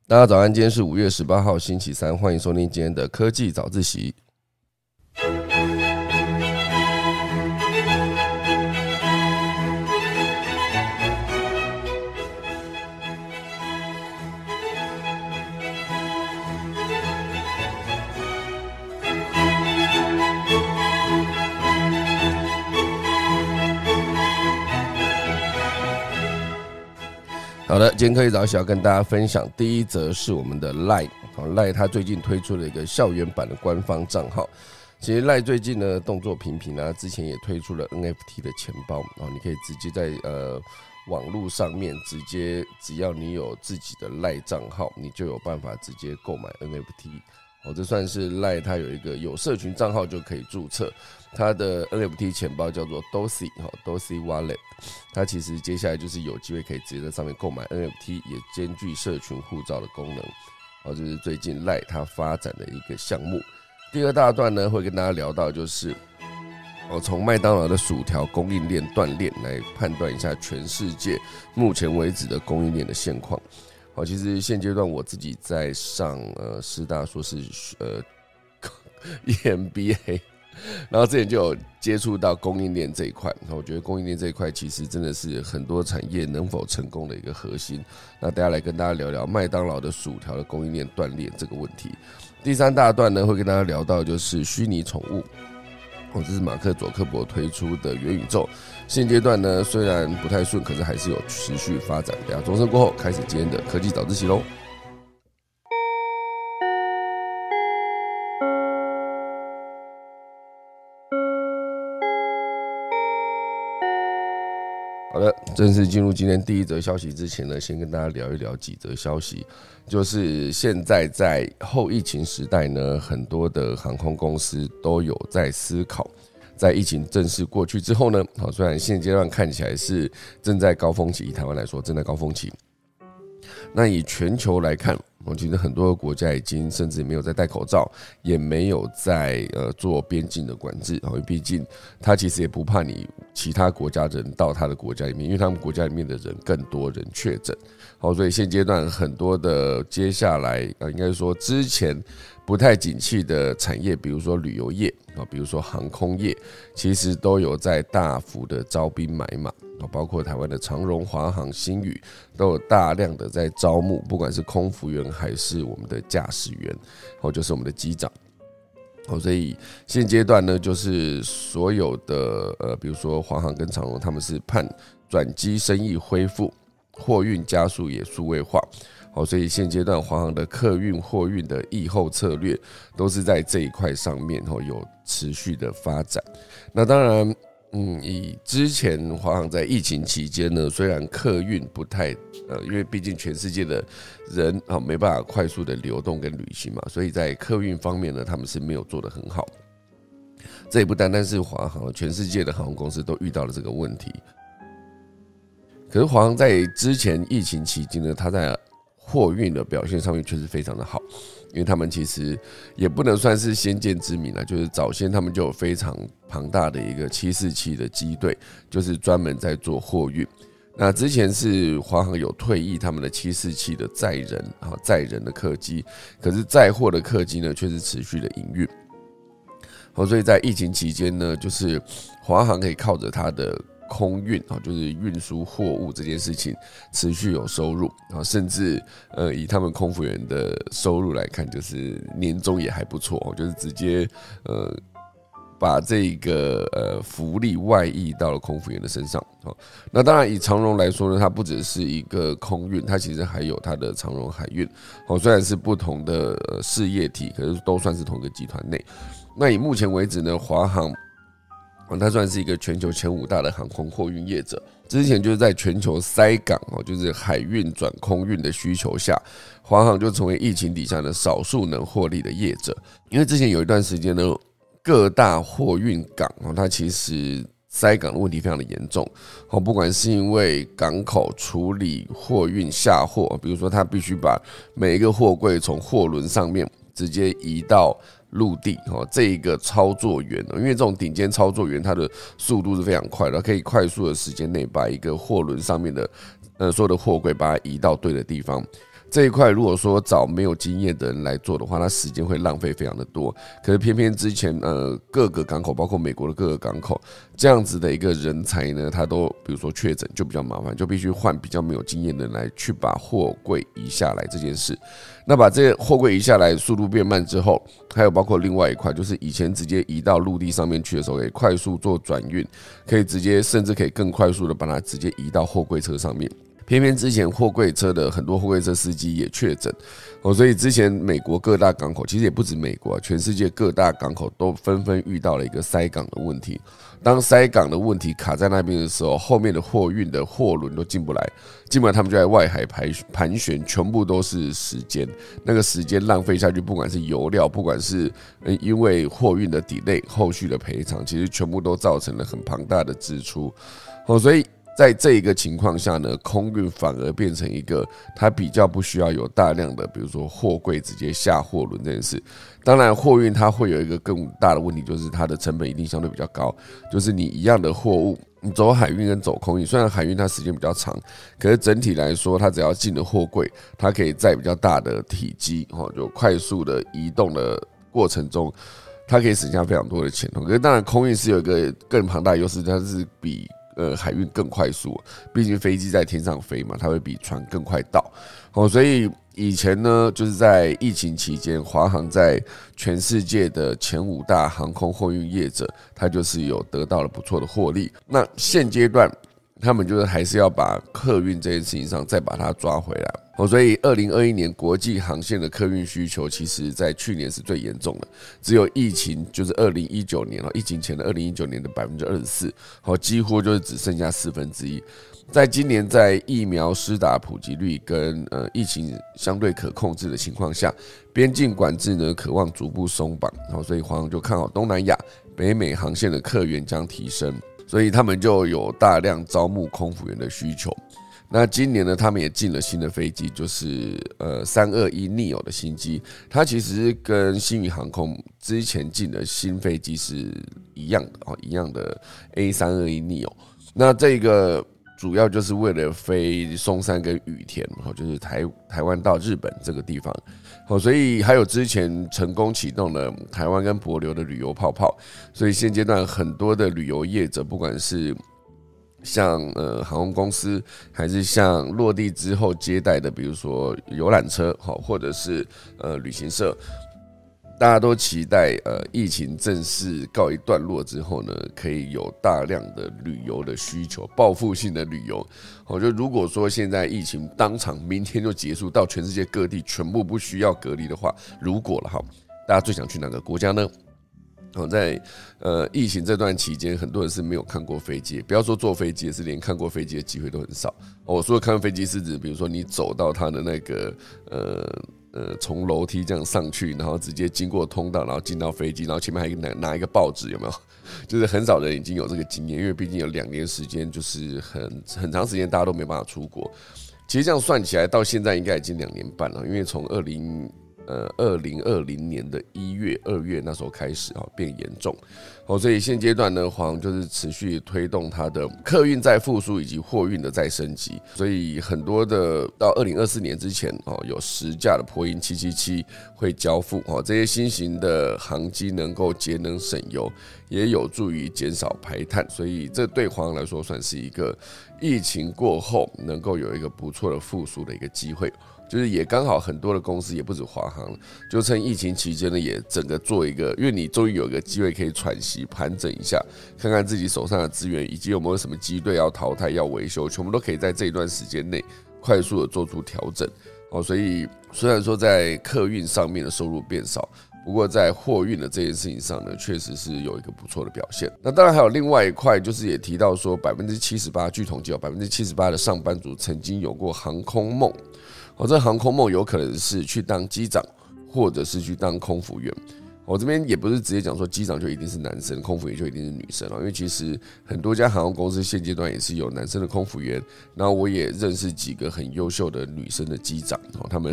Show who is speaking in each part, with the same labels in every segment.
Speaker 1: 大家早安，今天是5月18号星期三，欢迎收听今天的科技早自习。好的，今天科技早起要跟大家分享第一则是我们的 LINE， 它最近推出了一个校园版的官方账号。其实 LINE 最近呢动作频频啊，之前也推出了 NFT 的钱包，你可以直接在网络上面只要你有自己的 LINE 账号，你就有办法直接购买 NFT。这算是 LINE 它有一个有社群账号就可以注册，它的 NFT 钱包叫做 Dosi Wallet， 它其实接下来就是有机会可以直接在上面购买 NFT， 也兼具社群护照的功能。这是最近 LINE 它发展的一个项目。第二大段呢，会跟大家聊到就是从麦当劳的薯条供应链断裂来判断一下全世界目前为止的供应链的现况。其实现阶段我自己在上师大硕士EMBA， 然后之前就有接触到供应链这一块，我觉得供应链这一块其实真的是很多产业能否成功的一个核心。那大家来跟大家聊聊麦当劳的薯条的供应链断裂这个问题。第三大段呢，会跟大家聊到就是虚拟宠物。这是马克·佐克伯推出的元宇宙，现阶段呢虽然不太顺，可是还是有持续发展的。钟声过后，开始今天的科技早自习喽。好的，正式进入今天第一则消息之前呢，先跟大家聊一聊几则消息。就是现在在后疫情时代呢，很多的航空公司都有在思考，在疫情正式过去之后呢，虽然现阶段看起来是正在高峰期，以台湾来说正在高峰期，那以全球来看，其实很多的国家已经甚至没有在戴口罩，也没有在做边境的管制，因为毕竟他其实也不怕你其他国家人到他的国家里面，因为他们国家里面的人更多人确诊，所以现阶段很多的接下来应该说之前不太景气的产业，比如说旅游业，比如说航空业，其实都有在大幅的招兵买马，包括台湾的长荣、华航、星宇都有大量的在招募，不管是空服员还是我们的驾驶员，就是我们的机长。所以现阶段呢，就是所有的比如说华航跟长荣，他们是盼转机生意恢复，货运加速也数位化。所以现阶段华航的客运、货运的疫后策略都是在这一块上面有持续的发展。那当然，以之前华航在疫情期间呢，虽然客运不太因为毕竟全世界的人没办法快速的流动跟旅行嘛，所以在客运方面呢，他们是没有做得很好。这也不单单是华航，全世界的航空公司都遇到了这个问题。可是华航在之前疫情期间呢，它在货运的表现上面确实非常的好，因为他们其实也不能算是先见之明啦，就是早先他们就有非常庞大的一个747的机队，就是专门在做货运。那之前是华航有退役他们的747的载人的客机，可是载货的客机呢却是持续的营运。所以在疫情期间呢，就是华航可以靠着它的空运，就是运输货物这件事情持续有收入，甚至以他们空服员的收入来看，就是年终也还不错，就是直接把这个福利外溢到了空服员的身上。那当然以长荣来说呢，它不只是一个空运，它其实还有它的长荣海运，虽然是不同的事业体，可是都算是同一个集团内。那以目前为止呢，华航它算是一个全球前5大的航空货运业者。之前就是在全球塞港，就是海运转空运的需求下，华航就成为疫情底下的少数能获利的业者。因为之前有一段时间呢，各大货运港它其实塞港的问题非常的严重，不管是因为港口处理货运下货，比如说它必须把每一个货柜从货轮上面直接移到陆地，这一个操作员，因为这种顶尖操作员，他的速度是非常快的，可以快速的时间内把一个货轮上面的所有的货柜把它移到对的地方。 这一块如果说找没有经验的人来做的话，他时间会浪费非常的多。可是偏偏之前各个港口，包括美国的各个港口，这样子的一个人才呢，他都比如说确诊就比较麻烦，就必须换比较没有经验的人来去把货柜移下来这件事。那把这些货柜移下来，速度变慢之后，还有包括另外一块，就是以前直接移到陆地上面去的时候，可以快速做转运，可以直接甚至可以更快速的把它直接移到货柜车上面。偏偏之前货柜车的很多货柜车司机也确诊，所以之前美国各大港口，其实也不止美国，全世界各大港口都纷纷遇到了一个塞港的问题。当塞港的问题卡在那边的时候，后面的货运的货轮都进不来，基本上他们就在外海盘旋，全部都是时间，那个时间浪费下去，不管是油料，不管是因为货运的 delay 后续的赔偿，其实全部都造成了很庞大的支出。所以在这一个情况下呢，空运反而变成一个它比较不需要有大量的，比如说货柜直接下货轮这件事。当然，货运它会有一个更大的问题，就是它的成本一定相对比较高。就是你一样的货物，你走海运跟走空运，虽然海运它时间比较长，可是整体来说，它只要进了货柜，它可以载比较大的体积，就快速的移动的过程中，它可以省下非常多的钱。可是当然，空运是有一个更庞大的优势，它是比海运更快速，毕竟飞机在天上飞嘛，它会比船更快到。所以以前呢，就是在疫情期间，华航在全世界的前5大航空货运业者，它就是有得到了不错的获利。那现阶段，他们就是还是要把客运这件事情上再把它抓回来。所以2021年国际航线的客运需求，其实在去年是最严重的，只有疫情就是2019年疫情前的2019年的24%，几乎就是只剩下1/4。在今年在疫苗施打普及率跟疫情相对可控制的情况下，边境管制呢可望逐步松绑，所以华航就看好东南亚、北美航线的客源将提升，所以他们就有大量招募空服员的需求。那今年呢，他们也进了新的飞机，就是321neo 的新机，它其实跟星宇航空之前进的新飞机是一样的 A321neo。那这个主要就是为了飞松山跟羽田，就是台湾到日本这个地方，所以还有之前成功启动了台湾跟帛琉的旅游泡泡，所以现阶段很多的旅游业者，不管是像航空公司，还是像落地之后接待的，比如说游览车，或者是旅行社，大家都期待疫情正式告一段落之后呢，可以有大量的旅游的需求，报复性的旅游。就如果说现在疫情当场明天就结束，到全世界各地全部不需要隔离的话，如果了大家最想去哪个国家呢？在疫情这段期间，很多人是没有看过飞机，不要说坐飞机，是连看过飞机的机会都很少。我说的看飞机是指，比如说你走到它的那个从楼梯这样上去，然后直接经过通道，然后进到飞机，然后前面还拿一个报纸，有没有？就是很少人已经有这个经验，因为毕竟有2年时间，就是很长时间大家都没办法出国。其实这样算起来，到现在应该已经2年半了，因为从2020年的1月、2月那时候开始变严重，所以现阶段呢，华航就是持续推动它的客运再复苏以及货运的再升级，所以很多的到2024年之前有10架的波音777会交付，这些新型的航机能够节能省油，也有助于减少排碳，所以这对华航来说算是一个疫情过后能够有一个不错的复苏的一个机会。就是也刚好很多的公司也不止华航，就趁疫情期间呢，也整个做一个，因为你终于有一个机会可以喘息、盘整一下，看看自己手上的资源以及有没有什么机队要淘汰、要维修，全部都可以在这一段时间内快速的做出调整。所以虽然说在客运上面的收入变少，不过在货运的这件事情上呢，确实是有一个不错的表现。那当然还有另外一块，就是也提到说78%，据统计78%的上班族曾经有过航空梦。这航空梦有可能是去当机长，或者是去当空服员。我这边也不是直接讲说机长就一定是男生，空服员就一定是女生，因为其实很多家航空公司现阶段也是有男生的空服员，然后我也认识几个很优秀的女生的机长，他们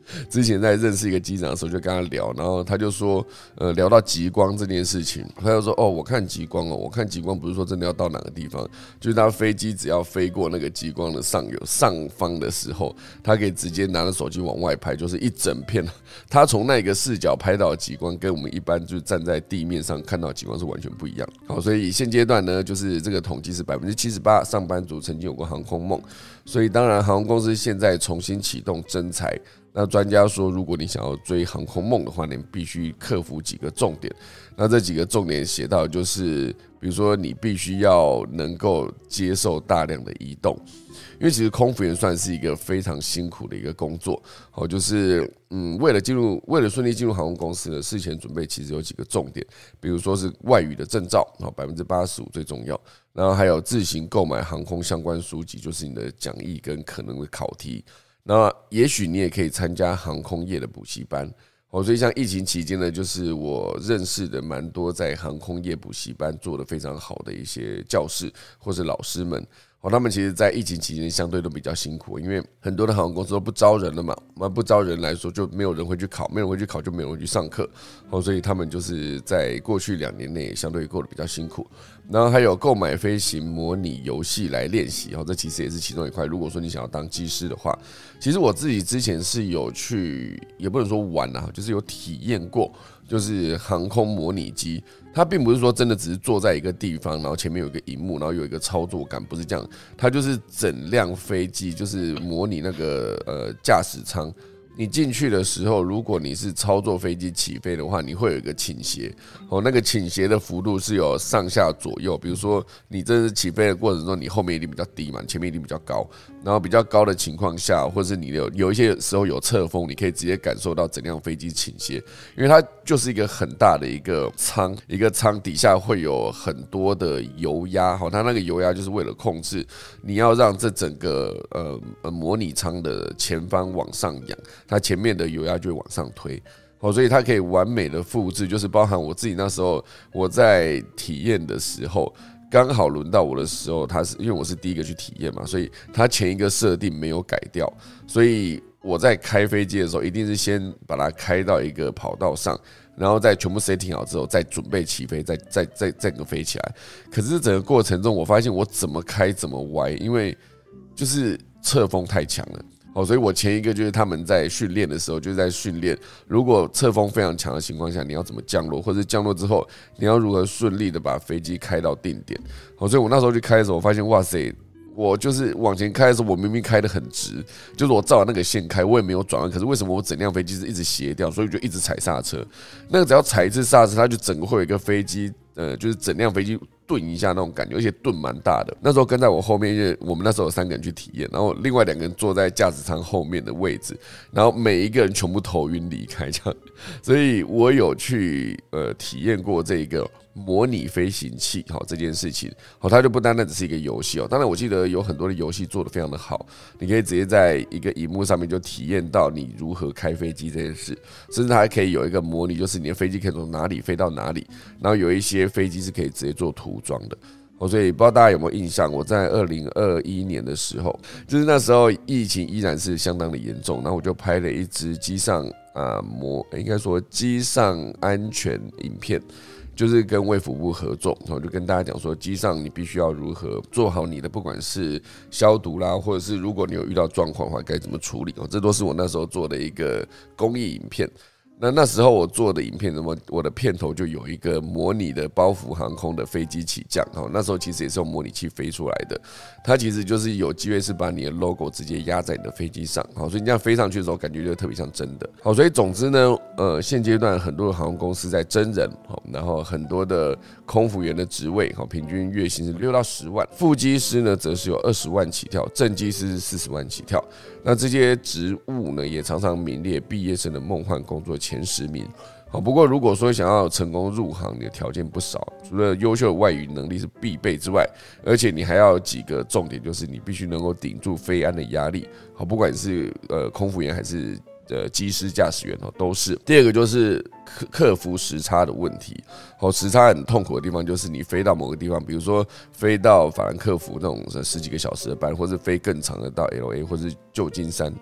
Speaker 1: 之前在认识一个机长的时候，就跟他聊，然后他就说，聊到极光这件事情，他就说，哦，我看极光我看极光不是说真的要到哪个地方，就是他飞机只要飞过那个极光的上方的时候，他可以直接拿着手机往外拍，就是一整片，他从那个视角拍到的极光，跟我们一般就站在地面上看到的极光是完全不一样。好，所以现阶段呢，就是这个统计是78%上班族曾经有过航空梦，所以当然航空公司现在重新启动征才。那专家说，如果你想要追航空梦的话，你必须克服几个重点。那这几个重点写到就是，比如说你必须要能够接受大量的移动，因为其实空服员算是一个非常辛苦的一个工作。好，就是为了顺利进入航空公司呢，事前准备其实有几个重点，比如说是外语的证照，85%最重要，然后还有自行购买航空相关书籍，就是你的讲义跟可能的考题。那也许你也可以参加航空业的补习班，所以像疫情期间呢，就是我认识的蛮多在航空业补习班做得非常好的一些教师或是老师们，他们其实在疫情期间相对都比较辛苦，因为很多的航空公司都不招人了嘛，那不招人来说就没有人会去考，没有人会去考就没有人会去上课，所以他们就是在过去2年内相对过得比较辛苦。然后还有购买飞行模拟游戏来练习，这其实也是其中一块。如果说你想要当机师的话，其实我自己之前是有去，也不能说玩啊，就是有体验过，就是航空模拟机。它并不是说真的只是坐在一个地方，然后前面有一个萤幕，然后有一个操作感，不是这样。它就是整辆飞机，就是模拟那个驾驶舱。你进去的时候，如果你是操作飞机起飞的话，你会有一个倾斜，那个倾斜的幅度是有上下左右。比如说，你这是起飞的过程中，你后面一定比较低嘛，前面一定比较高。然后比较高的情况下，或者是你有一些时候有侧风，你可以直接感受到整辆飞机倾斜，因为它就是一个很大的一个舱，一个舱底下会有很多的油压，它那个油压就是为了控制你要让这整个模拟舱的前方往上扬。它前面的油压就会往上推，所以它可以完美的复制，就是包含我自己那时候我在体验的时候，刚好轮到我的时候，它是因为我是第一个去体验嘛，所以它前一个设定没有改掉，所以我在开飞机的时候，一定是先把它开到一个跑道上，然后再全部 setting 好之后，再准备起飞，再整个飞起来。可是整个过程中，我发现我怎么开怎么歪，因为就是侧风太强了。所以我前一个就是他们在训练的时候，就是在训练，如果侧风非常强的情况下，你要怎么降落，或者降落之后你要如何顺利的把飞机开到定点。所以我那时候去开的时候，我发现哇塞，我就是往前开的时候，我明明开得很直，就是我照那个线开，我也没有转弯，可是为什么我整辆飞机是一直斜掉？所以我就一直踩刹车。那个只要踩一次刹车，它就整个会有一个飞机，就是整辆飞机顿一下那种感觉，而且顿蛮大的。那时候跟在我后面，因为我们那时候有3个人去体验，然后另外2个人坐在驾驶舱后面的位置，然后每一个人全部头晕离开这样。所以我有去体验过这个模拟飞行器这件事情，它就不单单只是一个游戏当然我记得有很多的游戏做得非常的好，你可以直接在一个萤幕上面就体验到你如何开飞机这件事，甚至它还可以有一个模拟，就是你的飞机可以从哪里飞到哪里，然后有一些飞机是可以直接做涂装的。所以不知道大家有没有印象，我在2021年的时候，就是那时候疫情依然是相当的严重，然后我就拍了一支机上应该说机上安全影片，就是跟卫福部合作，我就跟大家讲说，机上你必须要如何做好你的不管是消毒啦，或者是如果你有遇到状况的话该怎么处理，这都是我那时候做的一个公益影片。那时候我做的影片，我的片头就有一个模拟的包福航空的飞机起降，那时候其实也是用模拟器飞出来的，它其实就是有机会是把你的 logo 直接压在你的飞机上，所以你这样飞上去的时候，感觉就特别像真的。所以总之呢，现阶段很多的航空公司在征人，然后很多的空服员的职位，平均月薪是6到10万，副机师呢则是有20万起跳，正机师是40万起跳。那这些职务呢，也常常名列毕业生的梦幻工作前10名。不过如果说想要成功入行，你的条件不少，除了优秀的外语能力是必备之外，而且你还要有几个重点，就是你必须能够顶住飞安的压力。不管是空服员还是机师驾驶员都是。第二个就是克服时差的问题。时差很痛苦的地方就是你飞到某个地方，比如说飞到法兰克福那种10几个小时的班，或是飞更长的到 LA 或是旧金山。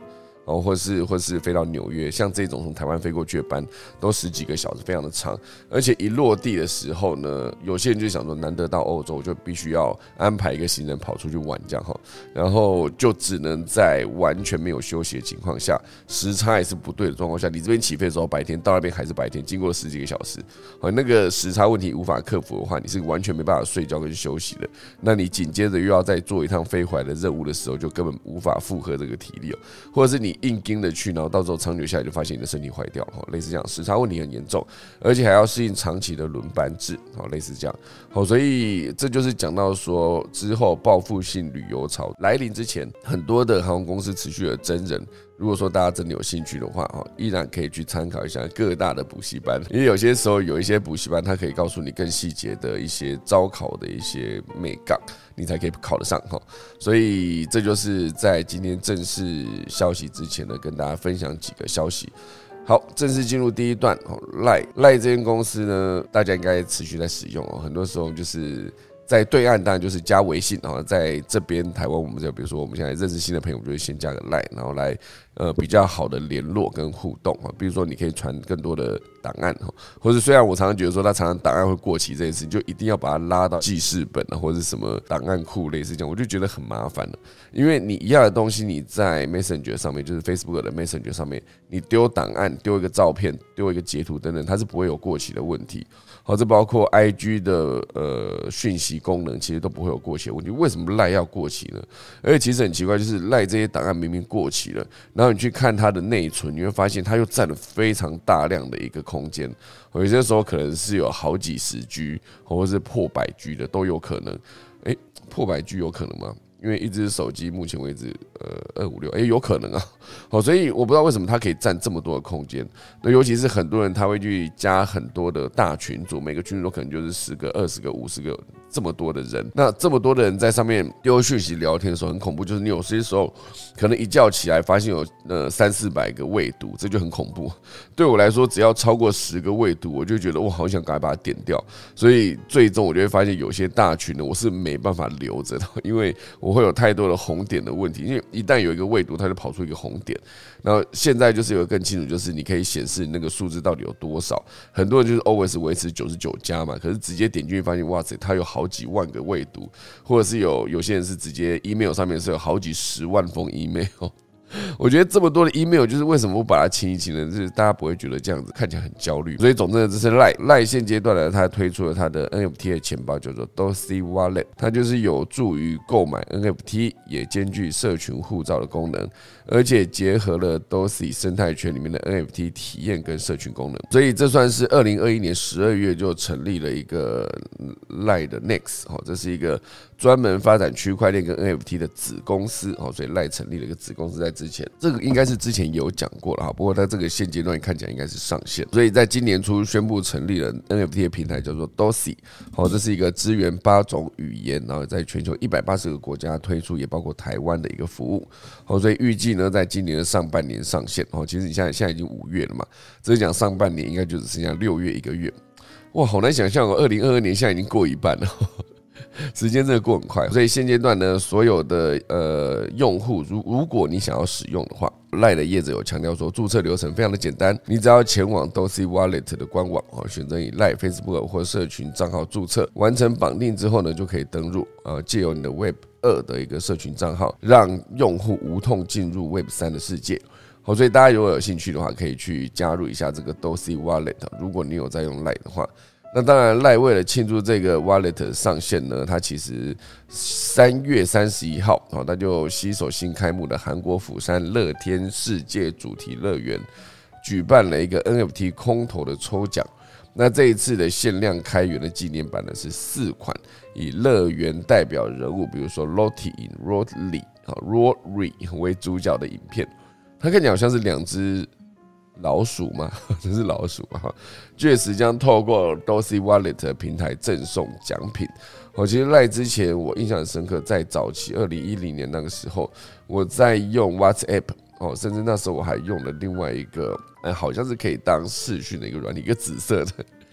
Speaker 1: 或是飞到纽约，像这种从台湾飞过去的班都10几个小时，非常的长。而且一落地的时候呢，有些人就想说难得到欧洲，就必须要安排一个行程跑出去玩这样，然后就只能在完全没有休息的情况下，时差也是不对的状况下，你这边起飞的时候白天，到那边还是白天，经过了10几个小时，那个时差问题无法克服的话，你是完全没办法睡觉跟休息的。那你紧接着又要再做一趟飞回来的任务的时候，就根本无法负荷这个体力或者是你硬盯的去，然后到时候长久下来就发现你的身体坏掉，类似这样，时差问题很严重，而且还要适应长期的轮班制，类似这样，所以这就是讲到说之后报复性旅游潮来临之前，很多的航空公司持续的真人。如果说大家真的有兴趣的话，依然可以去参考一下各大的补习班，因为有些时候有一些补习班，它可以告诉你更细节的一些招考的一些美感，你才可以考得上。所以这就是在今天正式消息之前呢，跟大家分享几个消息。好，正式进入第一段。赖这间公司呢，大家应该持续在使用，很多时候就是在对岸当然就是加微信，在这边台湾我们就比如说我们现在认识新的朋友，我们就会先加个 LINE， 然后来比较好的联络跟互动，比如说你可以传更多的档案，或者虽然我常常觉得说他常常档案会过期这件事，你就一定要把它拉到记事本或者是什么档案库类似这样，我就觉得很麻烦了。因为你一样的东西你在 Messenger 上面，就是 Facebook 的 Messenger 上面，你丢档案、丢一个照片、丢一个截图等等，它是不会有过期的问题。好，这包括 IG 的讯息功能，其实都不会有过期的问题。为什么 LINE 要过期呢？而且其实很奇怪，就是 LINE 这些档案明明过期了，然后你去看它的内存，你会发现它又占了非常大量的一个空间。有些时候可能是有好几十 G， 或者是破百 G 的都有可能。破百 G 有可能吗？因为一只手机目前为止，256，有可能啊，所以我不知道为什么它可以占这么多的空间。那尤其是很多人他会去加很多的大群组，每个群组都可能就是10个、20个、50个这么多的人。那这么多的人在上面丢讯息聊天的时候很恐怖，就是你有些时候可能一觉起来发现有300-400个未读，这就很恐怖。对我来说，只要超过10个未读，我就觉得我好想赶快把它点掉。所以最终我就会发现有些大群呢，我是没办法留着的，因为我会有太多的红点的问题。因为一旦有一个未读，它就跑出一个红点。然后现在就是有个更清楚，就是你可以显示那个数字到底有多少。很多人就是 always 维持99加嘛，可是直接点进去发现，哇塞，它有好几万个未读，或者是有些人是直接 email 上面是有好几10万封 email。我觉得这么多的 email， 就是为什么我把它清一清呢？就是大家不会觉得这样子看起来很焦虑。所以总之呢，这是 LINE 现阶段呢，它推出了它的 NFT 的钱包，叫做 Dosi Wallet， 它就是有助于购买 NFT， 也兼具社群护照的功能，而且结合了 Dosi 生态圈里面的 NFT 体验跟社群功能。所以这算是2021年12月就成立了一个 LINE 的 Next， 这是一个专门发展区块链跟 NFT 的子公司，所以 LINE 成立了一个子公司在之前，这个应该是之前有讲过了，不过它这个现阶段看起来应该是上线，所以在今年初宣布成立了 NFT 的平台，叫做 Dosi， 这是一个支援8种语言，然后在全球180个国家推出，也包括台湾的一个服务，所以预计呢在今年的上半年上线。其实你现在已经5月了嘛，这是讲上半年应该就只剩下6月1个月，哇，好难想象哦，2022年现在已经过一半了。时间真的过很快，所以现阶段呢，所有的用户，如果你想要使用的话，LINE 的业者有强调说，注册流程非常的简单，你只要前往 Dosi Wallet 的官网，选择以 LINE、Facebook 或社群账号注册，完成绑定之后呢，就可以登入，借由你的 Web 2的一个社群账号，让用户无痛进入 Web 3的世界。所以大家如果有兴趣的话，可以去加入一下这个 Dosi Wallet， 如果你有在用 LINE 的话。那当然，LINE 为了庆祝这个 Wallet 上线呢，它其实3月31号，它就携手新开幕的韩国釜山乐天世界主题乐园，举办了一个 NFT 空投的抽奖。那这一次的限量开源的纪念版呢，是4款以乐园代表人物，比如说 Lottie in Rory 为主角的影片，它看起来好像是2只老鼠嘛，这是老鼠嘛？确实将透过 Dosi Wallet 平台赠送奖品。其实LINE之前我印象很深刻，在早期2010年那个时候，我在用 WhatsApp， 甚至那时候我还用了另外一个，好像是可以当视讯的一个软体，一个紫色的。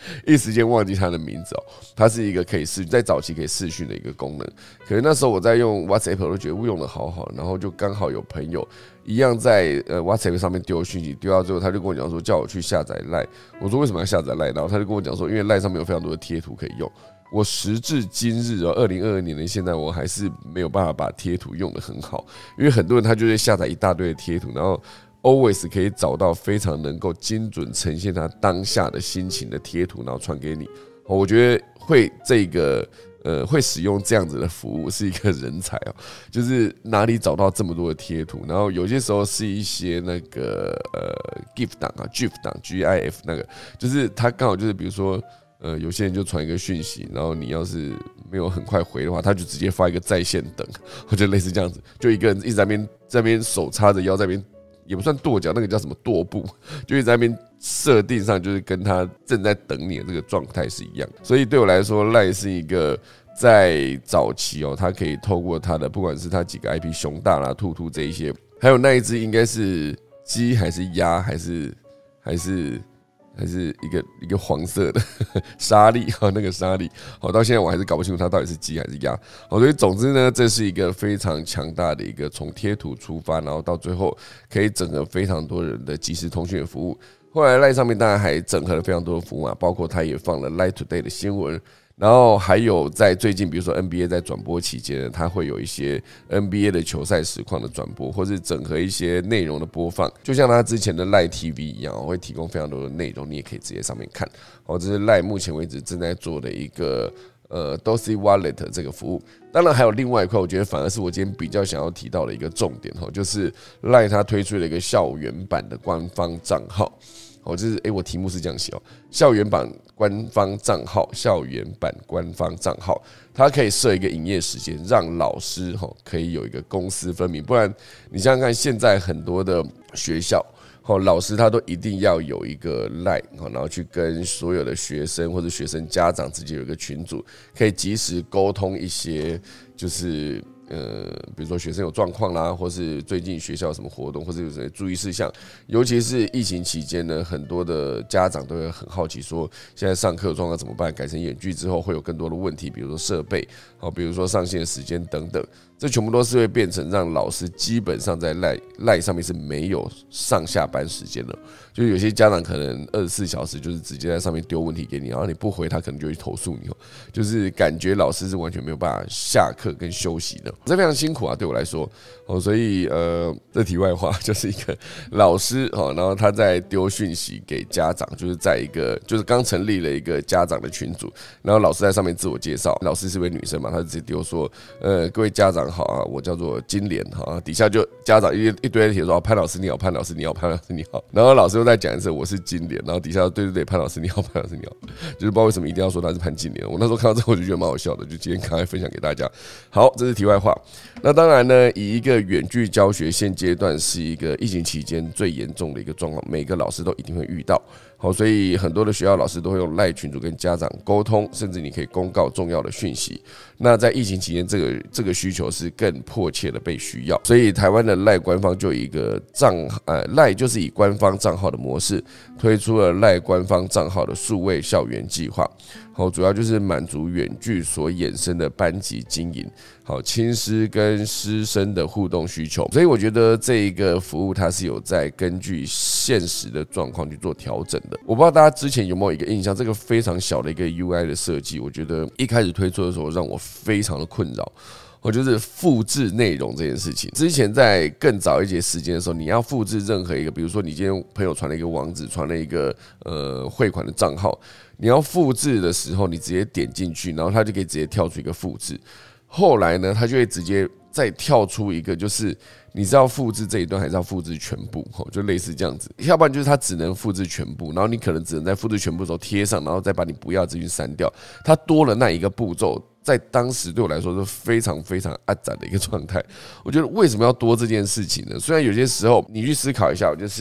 Speaker 1: 一时间忘记它的名字哦。它是一个可以在早期可以视讯的一个功能。可是那时候我在用 WhatsApp， 我都觉得用的好好，然后就刚好有朋友一样在WhatsApp 上面丢讯息，丢到最后他就跟我讲说叫我去下载 Line。我说为什么要下载 Line？ 然后他就跟我讲说，因为 Line 上面有非常多的贴图可以用。我时至今日哦，2022年的现在，我还是没有办法把贴图用得很好，因为很多人他就会下载一大堆的贴图，然后 always 可以找到非常能够精准呈现他当下的心情的贴图，然后传给你。我觉得会使用这样子的服务是一个人才哦，就是哪里找到这么多的贴图，然后有些时候是一些那个GIF 档啊 ，GIF 档 GIF 那个，就是他刚好就是比如说。有些人就传一个讯息，然后你要是没有很快回的话，他就直接发一个在线等，或者类似这样子，就一个人一直在那边手叉着腰，在那边也不算跺脚，那个叫什么跺步，就一直在那边设定上，就是跟他正在等你的这个状态是一样。所以对我来说 ，LINE 是一个在早期哦，它可以透过它的不管是它几个 IP 熊大啦、兔兔这一些，还有那一只应该是鸡还是鸭还是一个黄色的沙粒那个沙粒，到现在我还是搞不清楚它到底是鸡还是鸭。所以总之呢，这是一个非常强大的一个从贴图出发，然后到最后可以整合非常多人的即时通讯的服务。后来 LINE 上面当然还整合了非常多的服务嘛，包括它也放了 LINE Today 的新闻。然后还有在最近，比如说 NBA 在转播期间呢，它会有一些 NBA 的球赛实况的转播，或是整合一些内容的播放，就像它之前的 LINE TV 一样，会提供非常多的内容，你也可以直接上面看。这是 LINE 目前为止正在做的一个Dosi Wallet 这个服务。当然还有另外一块，我觉得反而是我今天比较想要提到的一个重点，就是 LINE 它推出了一个校园版的官方账号。就是我题目是这样写校园版官方账号，校园版官方账号，它可以设一个营业时间，让老师可以有一个公私分明。不然你想想看，现在很多的学校老师他都一定要有一个 LINE， 然后去跟所有的学生或者学生家长之间有一个群组，可以及时沟通一些就是比如说学生有状况啦，或是最近学校有什么活动，或是有什么注意事项。尤其是疫情期间呢，很多的家长都会很好奇说，现在上课状况怎么办？改成远距之后会有更多的问题，比如说设备，比如说上线时间等等。这全部都是会变成让老师基本上在 LINE 上面是没有上下班时间的。就有些家长可能24小时就是直接在上面丢问题给你，然后你不回，他可能就会投诉你，就是感觉老师是完全没有办法下课跟休息的，这非常辛苦啊，对我来说。所以这题外话就是一个老师然后他在丢讯息给家长，就是在一个就是刚成立了一个家长的群组，然后老师在上面自我介绍，老师是位女生嘛，他就直接丢说各位家长好啊，我叫做金莲底下就家长一堆人写说潘老师你好，潘老师你好，潘老师你好，然后老师又再讲一次我是金莲，然后底下对潘老师你好，潘老师你好，就是不知道为什么一定要说他是潘金莲。我那时候看到这我就觉得蛮好笑的，就今天赶快分享给大家。好，这是题外话。那当然呢，以一个远距教学现阶段是一个疫情期间最严重的一个状况，每个老师都一定会遇到。所以很多的学校老师都会用 LINE 群组跟家长沟通，甚至你可以公告重要的讯息。那在疫情期间，这个需求是更迫切的被需要。所以台湾的 LINE 官方就有一个LINE 就是以官方账号的模式推出了 LINE 官方账号的数位校园计划。主要就是满足远距所衍生的班级经营，亲师跟师生的互动需求。所以我觉得这一个服务它是有在根据现实的状况去做调整的。我不知道大家之前有没有一个印象，这个非常小的一个 UI 的设计，我觉得一开始推出的时候让我非常的困扰。就是复制内容这件事情。之前在更早一节时间的时候，你要复制任何一个，比如说你今天朋友传了一个网址，传了一个汇款的账号，你要复制的时候，你直接点进去，然后它就可以直接跳出一个复制。后来呢，它就会直接再跳出一个，就是你是要复制这一段，还是要复制全部？就类似这样子。要不然就是它只能复制全部，然后你可能只能在复制全部的时候贴上，然后再把你不要资讯删掉。它多了那一个步骤。在当时对我来说是非常非常阿杂的一个状态。我觉得为什么要多这件事情呢？虽然有些时候你去思考一下，就是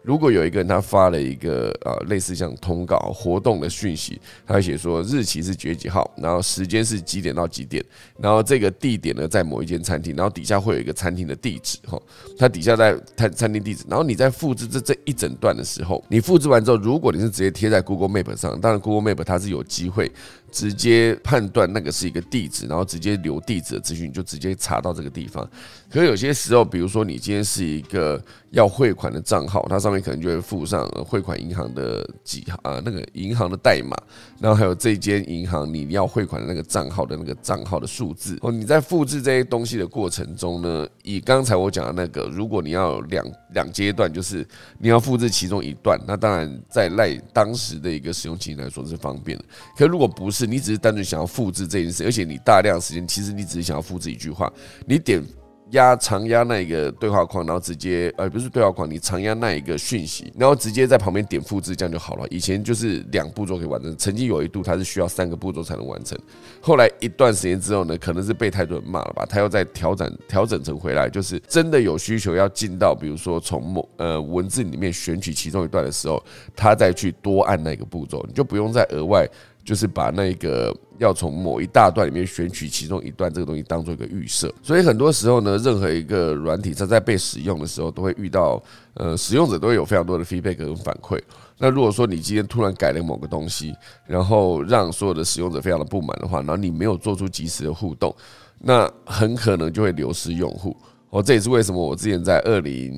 Speaker 1: 如果有一个人他发了一个类似像通告活动的讯息，他会写说日期是几月几号，然后时间是几点到几点，然后这个地点呢在某一间餐厅，然后底下会有一个餐厅的地址，它底下在餐厅地址，然后你在复制这一整段的时候，你复制完之后，如果你是直接贴在 Google Map 上，当然 Google Map 它是有机会直接判断那个是一个地址，然后直接留地址的资讯，就直接查到这个地方。可是有些时候，比如说你今天是一个要汇款的账号，它上面可能就会附上汇款银行的那个银行的代码，然后还有这间银行你要汇款的那个账号的账号的数字。你在复制这些东西的过程中呢，以刚才我讲的那个，如果你要有两阶段，就是你要复制其中一段，那当然在赖当时的一个使用情形来说是方便的。可如果不是，你只是单纯想要复制这件事，而且你大量时间，其实你只是想要复制一句话，你点长压那一个对话框，然后直接不是对话框，你长压那一个讯息，然后直接在旁边点复制，这样就好了。以前就是2步骤可以完成，曾经有一度它是需要3个步骤才能完成。后来一段时间之后呢，可能是被太多人骂了吧，他要再调整成回来，就是真的有需求要进到，比如说从文字里面选取其中一段的时候，他再去多按那个步骤，你就不用再额外。就是把那个要从某一大段里面选取其中一段这个东西当做一个预设，所以很多时候呢，任何一个软体它在被使用的时候，都会遇到使用者都会有非常多的 feedback 跟反馈。那如果说你今天突然改了某个东西，然后让所有的使用者非常的不满的话，然后你没有做出及时的互动，那很可能就会流失用户。这也是为什么我之前在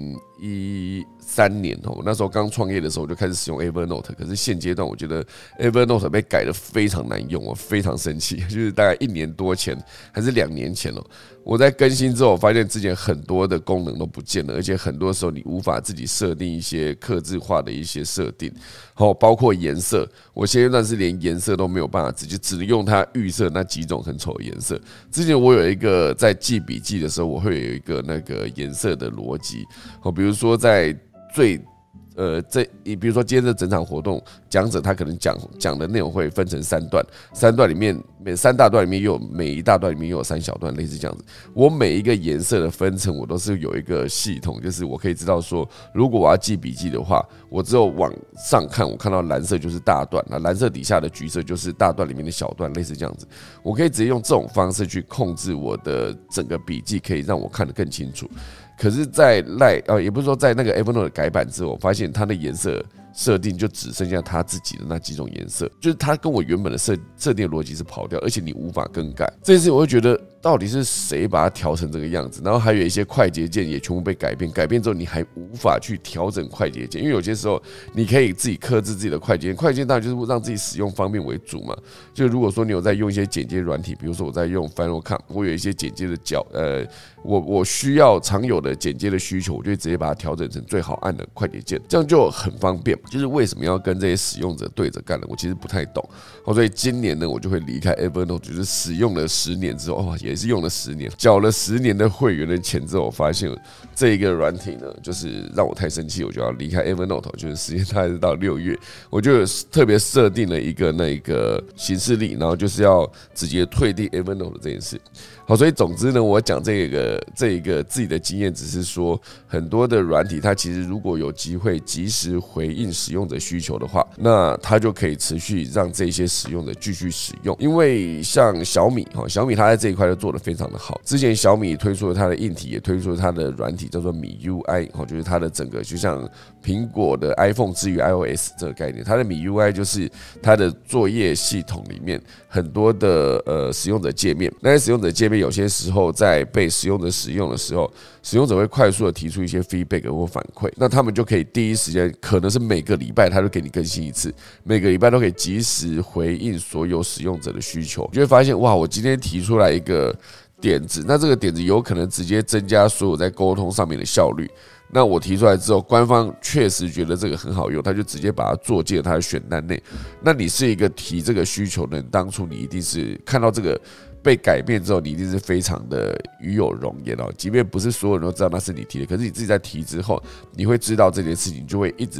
Speaker 1: 2013年那时候刚创业的时候，我就开始使用 Evernote。可是现阶段我觉得 Evernote 被改得非常难用，我非常生气。就是大概1年多前还是2年前我在更新之后，我发现之前很多的功能都不见了，而且很多时候你无法自己设定一些客制化的一些设定，包括颜色。我现阶段是连颜色都没有办法只能用它预设那几种很丑的颜色。之前我有一个在记笔记的时候，我会有一个那个颜色的逻辑，比如说在比如说今天的整场活动，讲者他可能讲的内容会分成3段，3段里面3大段里面每一大段里面又有3小段，类似这样子。我每一个颜色的分层，我都是有一个系统，就是我可以知道说，如果我要记笔记的话，我只有往上看，我看到蓝色就是大段，那蓝色底下的橘色就是大段里面的小段，类似这样子。我可以直接用这种方式去控制我的整个笔记，可以让我看得更清楚。可是，在也不是说在那个 Evernote 改版之后，我发现它的颜色设定就只剩下它自己的那几种颜色，就是它跟我原本的设定逻辑是跑掉，而且你无法更改。这件事我会觉得到底是谁把它调成这个样子？然后还有一些快捷键也全部被改变，改变之后你还无法去调整快捷键，因为有些时候你可以自己克制自己的快捷键，快捷键当然就是让自己使用方便为主嘛。就如果说你有在用一些剪接软体，比如说我在用 Final Cut， 我有一些剪接的我需要常有的剪接的需求，我就直接把它调整成最好按的快捷键，这样就很方便。就是为什么要跟这些使用者对着干呢？我其实不太懂。所以今年呢，我就会离开 Evernote， 就是使用了10年之后，也是用了10年，缴了10年的会员的钱之后，我发现这一个软体呢，就是让我太生气，我就要离开 Evernote。就是时间大概是到6月，我就特别设定了一个那个行事历，然后就是要直接退订 Evernote 这件事。所以总之呢，我讲这一个自己的经验，只是说很多的软体，它其实如果有机会及时回应使用者需求的话，那它就可以持续让这些使用者继续使用。因为像小米它在这一块就做得非常的好。之前小米推出了它的硬体，也推出了它的软体，叫做米 UI， 就是它的整个就像苹果的 iPhone 之于 iOS 这个概念。它的米 UI 就是它的作业系统里面很多的使用者界面，那些使用者界面有些时候在被使用者使用的时候，使用者会快速的提出一些 feedback 或反馈，那他们就可以第一时间，可能是每个礼拜他就给你更新一次，每个礼拜都可以及时回应所有使用者的需求，就会发现哇，我今天提出来一个点子，那这个点子有可能直接增加所有在沟通上面的效率。那我提出来之后，官方确实觉得这个很好用，他就直接把它做进了他的选单内。那你是一个提这个需求的人，当初你一定是看到这个被改变之后，你一定是非常的与有荣焉哦。即便不是所有人都知道那是你提的，可是你自己在提之后，你会知道这件事情，就会一直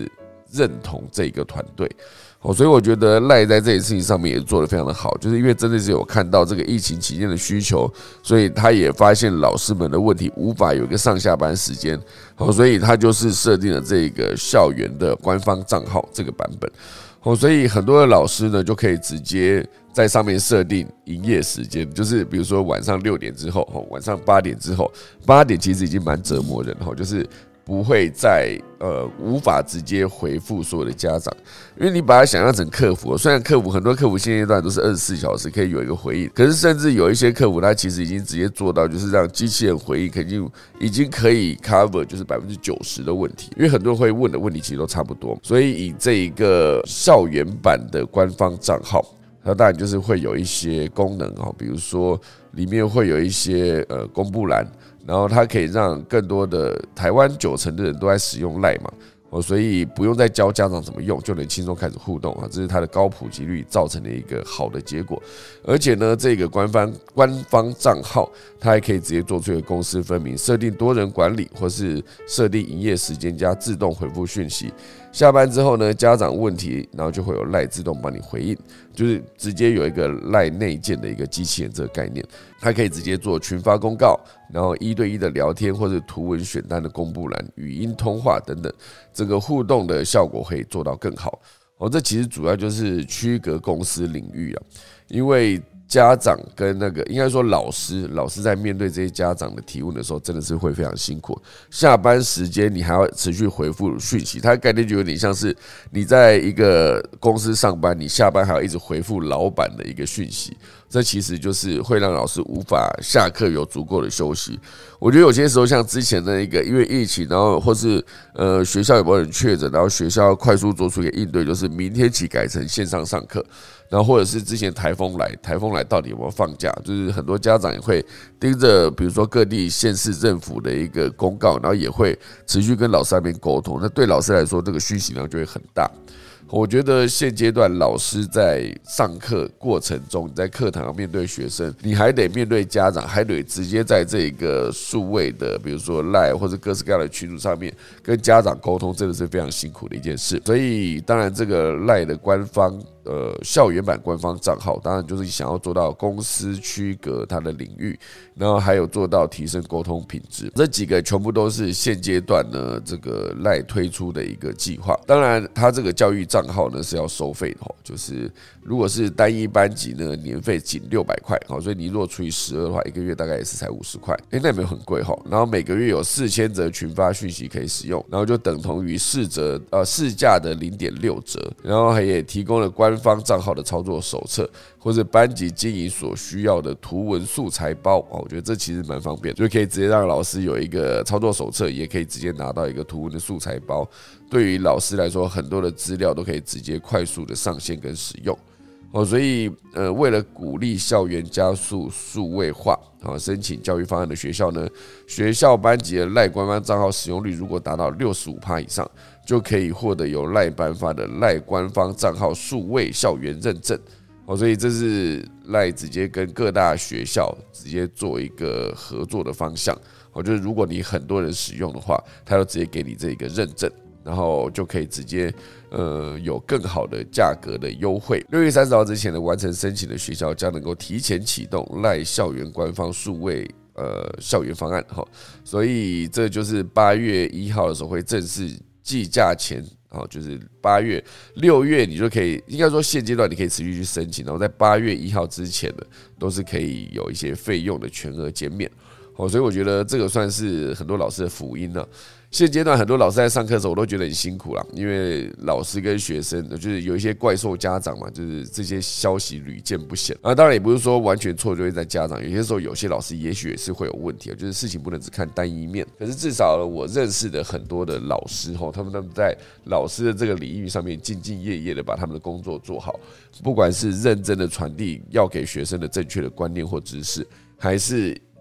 Speaker 1: 认同这个团队。所以我觉得赖在这件事情上面也做得非常的好，就是因为真的是有看到这个疫情期间的需求，所以他也发现老师们的问题无法有一个上下班时间，所以他就是设定了这个校园的官方账号这个版本，所以很多的老师呢就可以直接在上面设定营业时间，就是比如说晚上6点之后，晚上8点之后，8点其实已经蛮折磨人，就是不会在无法直接回复所有的家长，因为你把它想象成客服，虽然很多客服现阶段都是24小时可以有一个回应，可是甚至有一些客服他其实已经直接做到，就是让机器人回应肯定已经可以 cover 就是90%的问题，因为很多人会问的问题其实都差不多，所以以这一个校园版的官方账号，它当然就是会有一些功能，比如说里面会有一些公布栏，然后它可以让更多的台湾90%的人都在使用 LINE 嘛，所以不用再教家长怎么用，就能轻松开始互动，这是它的高普及率造成的一个好的结果。而且呢，这个官方账号它还可以直接做出一个公私分明，设定多人管理，或是设定营业时间加自动回复讯息。下班之后呢，家长问题，然后就会有赖自动帮你回应，就是直接有一个赖内建的一个机器人这个概念，它可以直接做群发公告，然后1对1的聊天或者图文选单的公布栏、语音通话等等，整个互动的效果可以做到更好。这其实主要就是区隔公司领域了，因为家长跟应该说老师在面对这些家长的提问的时候，真的是会非常辛苦。下班时间你还要持续回复讯息，它的概念就有点像是你在一个公司上班，你下班还要一直回复老板的一个讯息，这其实就是会让老师无法下课有足够的休息。我觉得有些时候像之前的因为疫情，然后或是学校有没有人确诊，然后学校快速做出一个应对，就是明天起改成线上上课。然后或者是之前台风来到底有没有放假，就是很多家长也会盯着比如说各地县市政府的一个公告，然后也会持续跟老师那边沟通，那对老师来说这个讯息量就会很大。我觉得现阶段老师在上课过程中，你在课堂面对学生，你还得面对家长，还得直接在这个数位的比如说 LINE 或者各式各样的群组上面跟家长沟通，真的是非常辛苦的一件事。所以当然这个 LINE 的官方校园版官方账号，当然就是想要做到公司区隔它的领域，然后还有做到提升沟通品质，这几个全部都是现阶段呢这个 LINE 推出的一个计划。当然它这个教育账号呢是要收费的，就是如果是单一班级呢年费仅600块，所以你如果除以12的话，一个月大概也是才50块，那也没有很贵。然后每个月有4000则群发讯息可以使用，然后就等同于市价的0.6折，然后也提供了官方账号的操作手册，或者班级经营所需要的图文素材包，我觉得这其实蛮方便，就可以直接让老师有一个操作手册，也可以直接拿到一个图文的素材包。对于老师来说，很多的资料都可以直接快速的上线跟使用。所以为了鼓励校园加速数位化，申请教育方案的学校呢，学校班级的赖官方账号使用率如果达到65%以上，就可以获得由赖颁发的赖官方账号数位校园认证。所以这是赖直接跟各大学校直接做一个合作的方向。就是如果你很多人使用的话，他就直接给你这个认证，然后就可以直接有更好的价格的优惠。6月30号之前的完成申请的学校将能够提前启动赖校园官方数位校园方案。所以这就是8月1号的时候会正式计价前，就是6月你就可以，应该说现阶段你可以持续去申请，然后在8月1号之前的都是可以有一些费用的全额减免。所以我觉得这个算是很多老师的福音了。现阶段很多老师在上课的时候，我都觉得很辛苦啦，因为老师跟学生就是有一些怪兽家长嘛，就是这些消息屡见不鲜。当然也不是说完全错就会在家长，有些时候有些老师也许也是会有问题，就是事情不能只看单一面。可是至少我认识的很多的老师，他们在老师的这个领域上面兢兢业业的把他们的工作做好，不管是认真的传递要给学生的正确的观念或知识，还是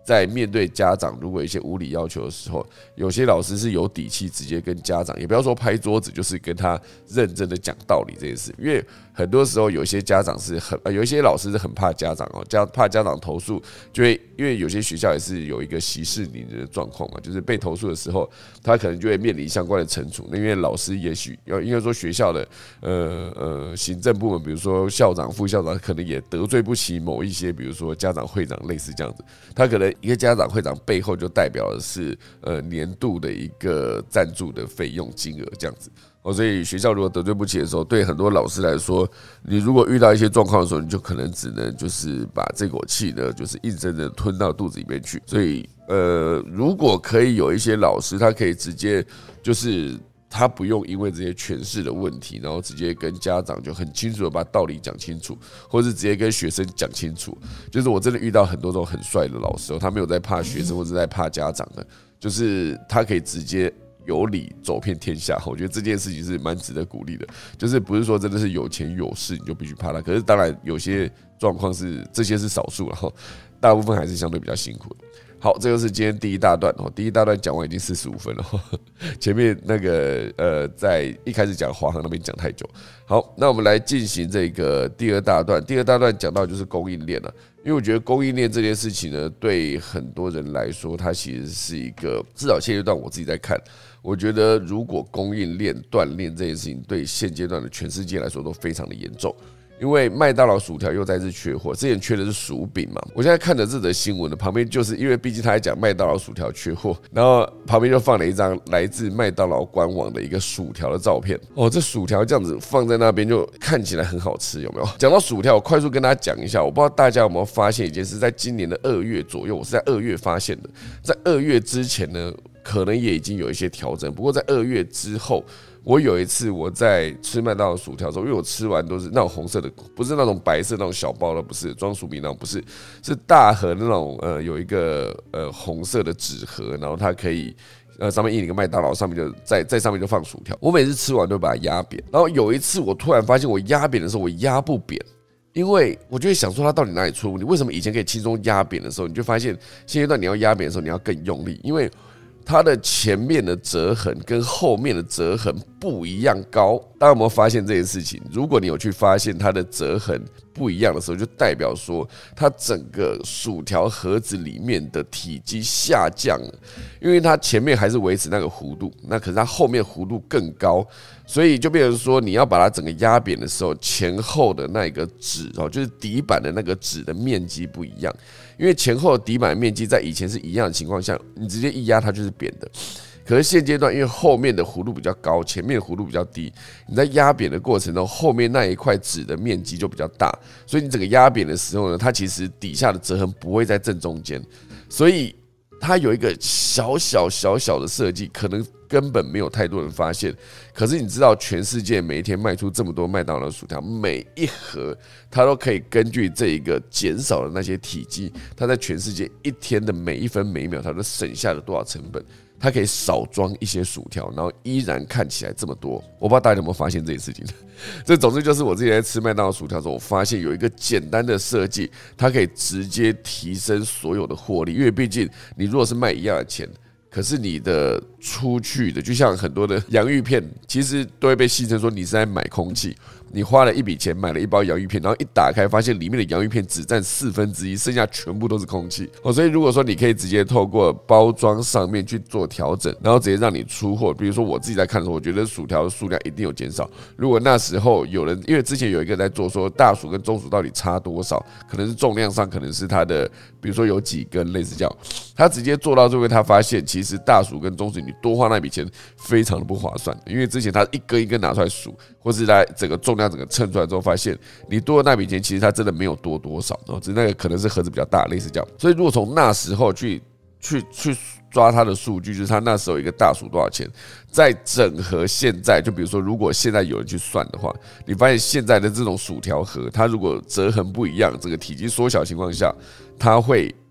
Speaker 1: 在面对家长如果有一些无理要求的时候，有些老师是有底气直接跟家长，也不要说拍桌子，就是跟他认真的讲道理这件事。因为很多时候有些家长是有一些老师是很怕家长怕家长投诉，就会因为有些学校也是有一个息事宁人的状况嘛，就是被投诉的时候，他可能就会面临相关的惩处。那因为老师也许应该说学校的行政部门，比如说校长、副校长，可能也得罪不起某一些，比如说家长会长类似这样子，他可能一个家长会长背后就代表的是年度的一个赞助的费用金额这样子。所以学校如果得罪不起的时候，对很多老师来说，你如果遇到一些状况的时候，你就可能只能就是把这口气呢，就是硬生生吞到肚子里面去。所以如果可以有一些老师，他可以直接就是他不用因为这些权势的问题，然后直接跟家长就很清楚的把道理讲清楚，或是直接跟学生讲清楚。就是我真的遇到很多这种很帅的老师，他没有在怕学生或者在怕家长的，就是他可以直接有理走遍天下。我觉得这件事情是蛮值得鼓励的，就是不是说真的是有钱有势你就必须怕他，可是当然有些状况是这些是少数，然后大部分还是相对比较辛苦的。好，这就是今天第一大段。第一大段讲完已经45分了，前面那个在一开始讲华航那边讲太久。好，那我们来进行这个第二大段。第二大段讲到就是供应链了，因为我觉得供应链这件事情呢，对很多人来说，它其实是一个至少现阶段我自己在看，我觉得如果供应链断裂这件事情，对现阶段的全世界来说都非常的严重。因为麦当劳薯条又再次缺货，之前缺的是薯饼嘛。我现在看的这则新闻的旁边，就是因为毕竟他在讲麦当劳薯条缺货，然后旁边就放了一张来自麦当劳官网的一个薯条的照片。这薯条这样子放在那边，就看起来很好吃，有没有？讲到薯条，我快速跟大家讲一下，我不知道大家有没有发现一件事，在今年的2月左右，我是在2月发现的。在2月之前呢，可能也已经有一些调整，不过在2月之后。我有一次我在吃麦当劳薯条的时候，因为我吃完都是那种红色的，不是那种白色那种小包的，不是装薯饼那种，不是，是大盒那种有一个红色的纸盒，然后它可以上面印一个麦当劳，上面就在上面就放薯条。我每次吃完都把它压扁，然后有一次我突然发现我压扁的时候我压不扁。因为我就会想说它到底哪里出问题？为什么以前可以轻松压扁的时候，你就发现现阶段你要压扁的时候你要更用力，因为它的前面的折痕跟后面的折痕不一样高。大家有没有发现这件事情？如果你有去发现它的折痕不一样的时候，就代表说它整个薯条盒子里面的体积下降了，因为它前面还是维持那个弧度，那可是它后面弧度更高，所以就变成说你要把它整个压扁的时候，前后的那个纸就是底板的那个纸的面积不一样。因为前后的底板面积在以前是一样的情况下，你直接一压它就是扁的。可是现阶段因为后面的弧度比较高，前面的弧度比较低，你在压扁的过程中，后面那一块纸的面积就比较大，所以你整个压扁的时候呢，它其实底下的折痕不会在正中间，所以它有一个小小的设计，可能根本没有太多人发现。可是你知道，全世界每一天卖出这么多麦当劳薯条，每一盒它都可以根据这一个减少的那些体积，它在全世界一天的每一分每一秒，它都省下了多少成本？它可以少装一些薯条，然后依然看起来这么多。我不知道大家有没有发现这件事情。这总之就是我之前在吃麦当劳薯条的时候，我发现有一个简单的设计，它可以直接提升所有的获利。因为毕竟你如果是卖一样的钱，可是你的出去的，就像很多的洋芋片，其实都会被戏称说你是在买空气。你花了一笔钱买了一包洋芋片，然后一打开发现里面的洋芋片只占1/4，剩下全部都是空气。所以如果说你可以直接透过包装上面去做调整，然后直接让你出货，比如说我自己在看的时候，我觉得薯条的数量一定有减少。如果那时候有人，因为之前有一个人在做说大薯跟中薯到底差多少，可能是重量上，可能是它的，比如说有几根类似这样，他直接做到这边，他发现其实大薯跟中薯你多花那笔钱非常的不划算，因为之前他一根一根拿出来数，或是在整个重量整个称出来之后，发现你多的那笔钱其实它真的没有多多少，只是那个可能是盒子比较大，类似这样。所以如果从那时候去抓它的数据，就是它那时候一个大薯多少钱，再整合现在，就比如说如果现在有人去算的话，你发现现在的这种薯条盒，它如果折痕不一样，这个体积缩小的情况下，它会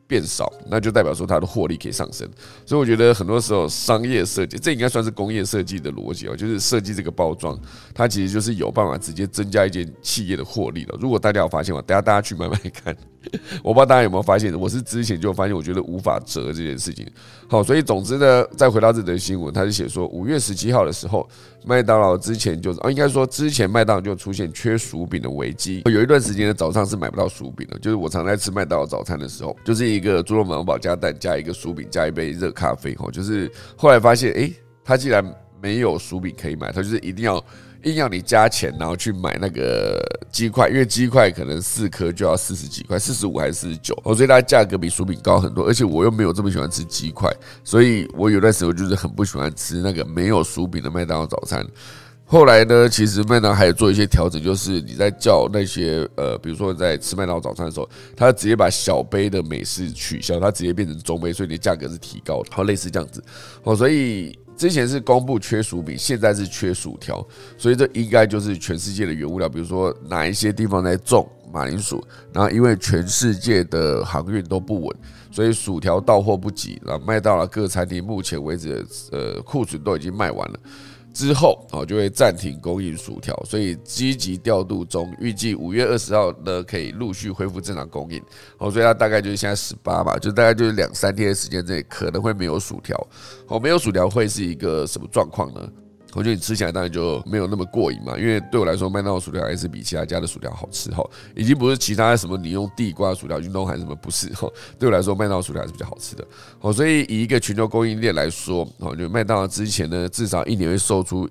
Speaker 1: 变少，那就代表说它的获利可以上升。所以我觉得很多时候商业设计，这应该算是工业设计的逻辑哦，就是设计这个包装，它其实就是有办法直接增加一间企业的获利了。如果大家有发现吗？等一下大家去慢慢看，我不知道大家有没有发现，我是之前就发现，我觉得无法折这件事情。好，所以总之呢，再回到这则新闻，他是写说5月17号的时候，麦当劳之前就是应该说之前麦当劳就出现缺薯饼的危机，有一段时间的早上是买不到薯饼的，就是我常在吃麦当劳早餐的时候，就是一个猪肉满堡加蛋加一个薯饼加一杯热咖啡，就是后来发现，他既然没有薯饼可以买，他就是一定要硬要你加钱，然后去买那个鸡块，因为鸡块可能4颗就要40几块，45还是49，所以它价格比薯饼高很多。而且我又没有这么喜欢吃鸡块，所以我有段时间就是很不喜欢吃那个没有薯饼的麦当劳早餐。后来呢，其实麦当劳还有做一些调整，就是你在叫那些比如说在吃麦当劳早餐的时候，它直接把小杯的美式取消，它直接变成中杯，所以你的价格是提高的，好，类似这样子。所以之前是公布缺薯饼，现在是缺薯条，所以这应该就是全世界的原物料，比如说哪一些地方在种马铃薯，然后因为全世界的航运都不稳，所以薯条到货不及，然后麦当劳各餐厅目前为止的库存都已经卖完了。之后就会暂停供应薯条，所以积极调度中，预计5月20号呢可以陆续恢复正常供应。所以它大概就是现在18吧，就大概就是2-3天的时间内可能会没有薯条。没有薯条会是一个什么状况呢？我觉得你吃起来当然就没有那么过瘾嘛，因为对我来说，麦当劳薯条还是比其他家的薯条好吃哈，已经不是其他什么你用地瓜薯条、运动还是什么，不是哈，对我来说，麦当劳薯条还是比较好吃的。所以以一个全球供应链来说，就麦当劳之前呢，至少1年会售出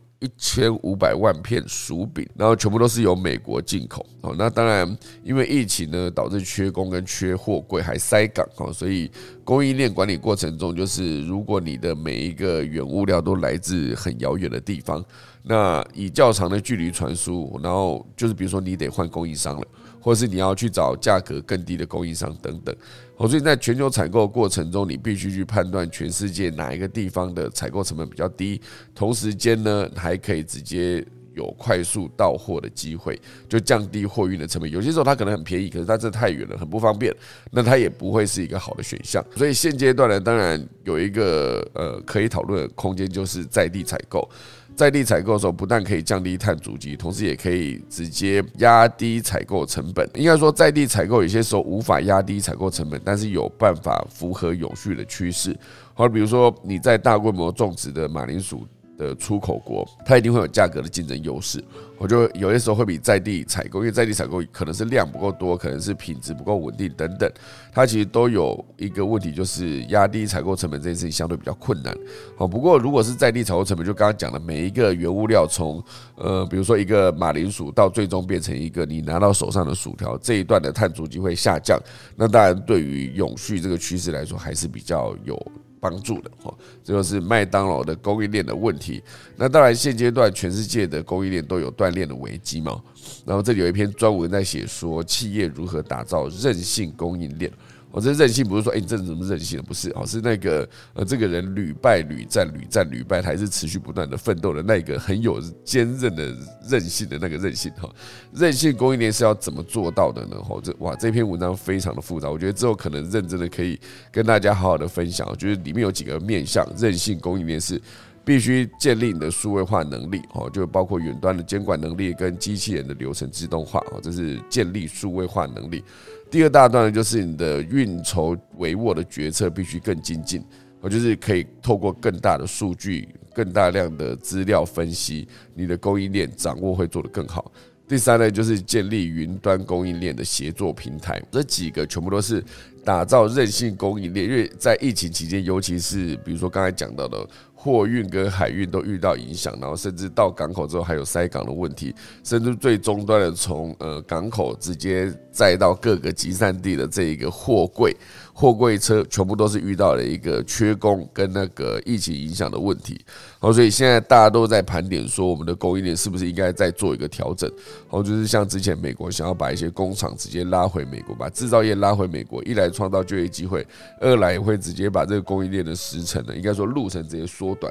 Speaker 1: 1500万片薯饼，然后全部都是由美国进口。那当然，因为疫情呢，导致缺工跟缺货柜还塞港，所以供应链管理过程中，就是如果你的每一个原物料都来自很遥远的地方，那以较长的距离传输，然后就是比如说你得换供应商了，或者是你要去找价格更低的供应商等等。所以在全球采购的过程中，你必须去判断全世界哪一个地方的采购成本比较低，同时间呢还可以直接有快速到货的机会，就降低货运的成本。有些时候它可能很便宜，可是它真的太远了，很不方便，那它也不会是一个好的选项。所以现阶段呢，当然有一个可以讨论的空间，就是在地采购。在地采购的时候，不但可以降低碳足迹，同时也可以直接压低采购成本。应该说，在地采购有些时候无法压低采购成本，但是有办法符合永续的趋势。好，比如说你在大规模种植的马铃薯的出口国，它一定会有价格的竞争优势。我就有些时候会比在地采购，因为在地采购可能是量不够多，可能是品质不够稳定等等，它其实都有一个问题，就是压低采购成本这件事情相对比较困难。不过如果是在地采购成本，就刚刚讲的每一个原物料从比如说一个马铃薯到最终变成一个你拿到手上的薯条，这一段的碳足迹会下降。那当然对于永续这个趋势来说，还是比较有帮助的，这就是麦当劳的供应链的问题。那当然，现阶段全世界的供应链都有断链的危机嘛。然后这里有一篇专文在写说，企业如何打造韧性供应链。这韧性不是说你这怎么韧性的，不是，是那个这个人屡败屡战，屡战屡败，他还是持续不断的奋斗的那个很有坚韧的韧性的那个韧性。韧性供应链是要怎么做到的呢？这篇文章非常的复杂，我觉得之后可能认真的可以跟大家好好的分享。我觉得里面有几个面向，韧性供应链是必须建立你的数位化能力，就包括远端的监管能力跟机器人的流程自动化，这是建立数位化能力。第二大段呢，就是你的运筹帷幄的决策必须更精进，就是可以透过更大的数据、更大量的资料分析，你的供应链掌握会做得更好。第三呢，就是建立云端供应链的协作平台，这几个全部都是打造韧性供应链。因为在疫情期间，尤其是比如说刚才讲到的货运跟海运都遇到影响，然后甚至到港口之后还有塞港的问题，甚至最终端的从港口直接载到各个集散地的这一个货柜车，全部都是遇到了一个缺工跟那个疫情影响的问题。所以现在大家都在盘点说，我们的供应链是不是应该再做一个调整？就是像之前美国想要把一些工厂直接拉回美国，把制造业拉回美国，一来创造就业机会，二来也会直接把这个供应链的时程呢，应该说路程直接缩短。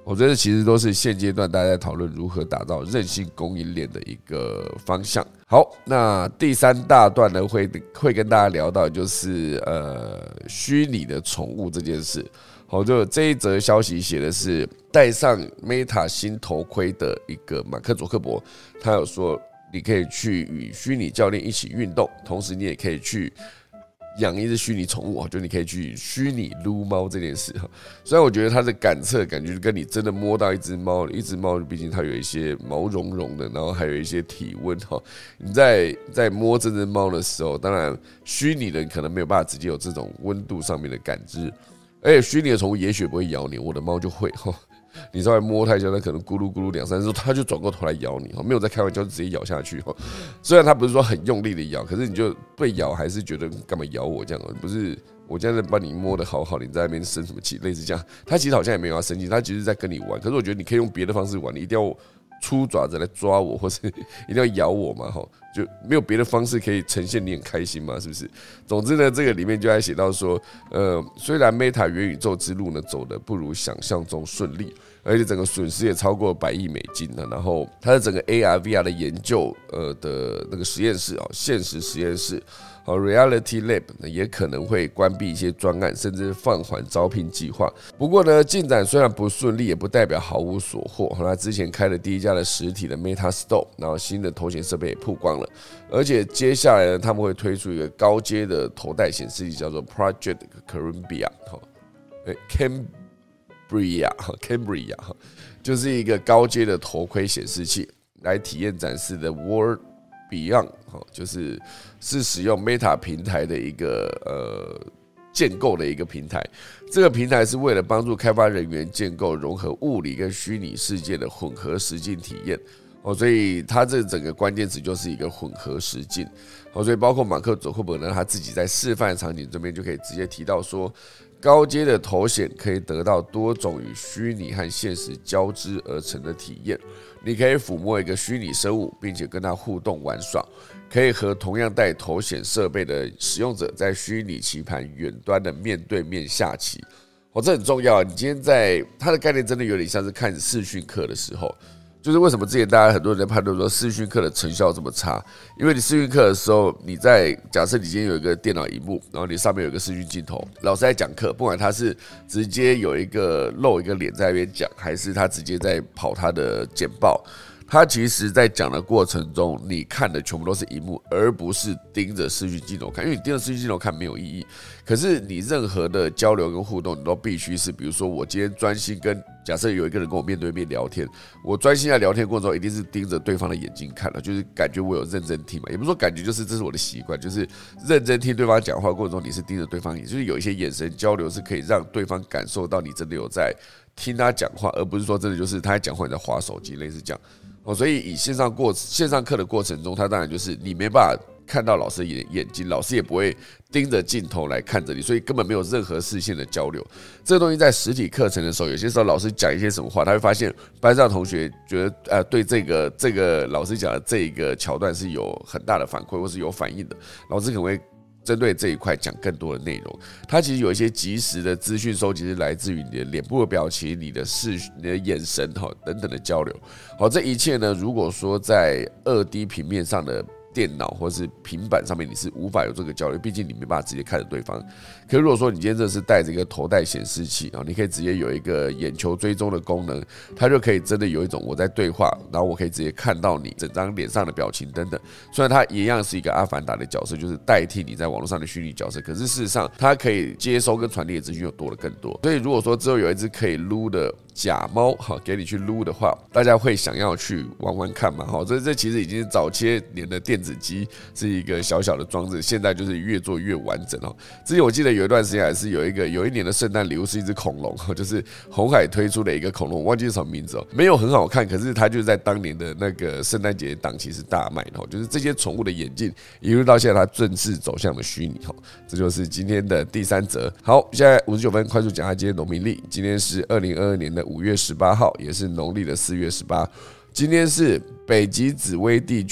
Speaker 1: 我觉得其实都是现阶段大家在讨论如何打造韧性供应链的一个方向。好，那第3大段呢会跟大家聊到就是虚拟的宠物这件事。好，就这一则消息写的是戴上 Meta 新头盔的一个马克·佐克伯，他有说你可以去与虚拟教练一起运动，同时你也可以去养一只虚拟宠物，就你可以去虚拟撸猫这件事。虽然我觉得它的感测感觉跟你真的摸到一只猫毕竟它有一些毛茸茸的，然后还有一些体温。你在摸这只猫的时候，当然虚拟人可能没有办法直接有这种温度上面的感知，而且虚拟的宠物也许不会咬你，我的猫就会。你稍微摸它一下，它可能咕噜咕噜2-3声，它就转过头来咬你，没有在开玩笑，就直接咬下去。虽然它不是说很用力的咬，可是你就被咬还是觉得干嘛咬我这样？不是我现在在帮你摸的好好，你在那边生什么气？类似这样，它其实好像也没有要生气，它其实在跟你玩。可是我觉得你可以用别的方式玩，你一定要出爪子来抓我，或是一定要咬我嘛？就没有别的方式可以呈现你很开心嘛？是不是？总之呢，这个里面就还写到说，虽然 Meta 元宇宙之路呢走得不如想象中顺利，而且整个损失也超过100亿美金了。然后它的整个 AR/VR 的研究的那个实验室现实实验室Reality Lab 也可能会关闭一些专案，甚至放缓招聘计划。不过呢，进展虽然不顺利，也不代表毫无所获。他之前开了第一家的实体的 Meta Store， 然后新的头显设备也曝光了，而且接下来呢，他们会推出一个高阶的头戴显示器，叫做 Project Cambria， 就是一个高阶的头盔显示器，来体验展示的 World Beyond， 就是使用 Meta 平台的一个建构的一个平台。这个平台是为了帮助开发人员建构融合物理跟虚拟世界的混合实境体验。所以它这整个关键词就是一个混合实境。所以包括马克·佐克伯呢，他自己在示范场景这边就可以直接提到说，高阶的头显可以得到多种与虚拟和现实交织而成的体验。你可以抚摸一个虚拟生物，并且跟它互动玩耍，可以和同样带头显设备的使用者在虚拟棋盘远端的面对面下棋。这很重要。你今天在它的概念真的有点像是看视讯课的时候。就是为什么之前大家很多人在判断说视讯课的成效这么差，因为你视讯课的时候，你在假设你今天有一个电脑萤幕，然后你上面有一个视讯镜头，老师在讲课，不管他是直接有一个露一个脸在那边讲，还是他直接在跑他的简报，他其实在讲的过程中，你看的全部都是萤幕，而不是盯着视讯镜头看，因为你盯着视讯镜头看没有意义。可是你任何的交流跟互动，你都必须是，比如说我今天专心跟假设有一个人跟我面对面聊天，我专心在聊天过程中一定是盯着对方的眼睛看的，就是感觉我有认真听嘛，也不是说感觉，就是这是我的习惯，就是认真听对方讲话过程中，你是盯着对方，也就是有一些眼神交流是可以让对方感受到你真的有在听他讲话，而不是说真的就是他在讲话你在滑手机，类似这样。所以以线上课的过程中，他当然就是你没办法看到老师的眼睛，老师也不会盯着镜头来看着你，所以根本没有任何视线的交流。这个东西在实体课程的时候，有些时候老师讲一些什么话，他会发现班上同学觉得对这个老师讲的这一个桥段是有很大的反馈或是有反应的，老师可能会针对这一块讲更多的内容。它其实有一些即时的资讯收集是来自于你的脸部的表情、你的眼神等等的交流。好，这一切呢，如果说在2D 平面上的电脑或是平板上面，你是无法有这个交流，毕竟你没办法直接看着对方。可是如果说你今天这是带着一个头戴显示器，你可以直接有一个眼球追踪的功能，它就可以真的有一种我在对话，然后我可以直接看到你整张脸上的表情等等。虽然它一样是一个阿凡达的角色，就是代替你在网络上的虚拟角色，可是事实上它可以接收跟传递的资讯又多了更多。所以如果说之后有一只可以撸的假猫给你去撸的话，大家会想要去玩玩看嘛？这其实已经是早些年的电子机是一个小小的装置，现在就是越做越完整。之前我记得有一段时间还是有一年的圣诞礼物是一只恐龙，就是鸿海推出的一个恐龙，我忘记是什么名字，没有很好看，可是它就是在当年的那个圣诞节档期是大卖的。就是这些宠物的眼镜一路到现在它正式走向了虚拟。这就是今天的第3则。好，现在59分，快速讲下今天农民历。今天是2022年的5月18号，也是农历的4月18。今天是北极紫微帝君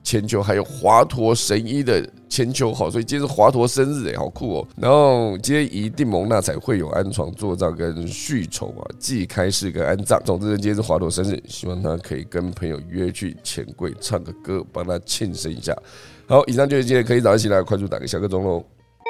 Speaker 1: 千秋，还有华佗神医的千秋号，所以今天是华佗生日好酷哦。然后今天宜定蒙纳才会有安床坐葬跟续宠祭开市跟安葬。总之今天是华佗生日，希望他可以跟朋友约去钱柜唱个歌，帮他庆生一下。好，以上就是今天可以早一起来快速打个小个钟喽。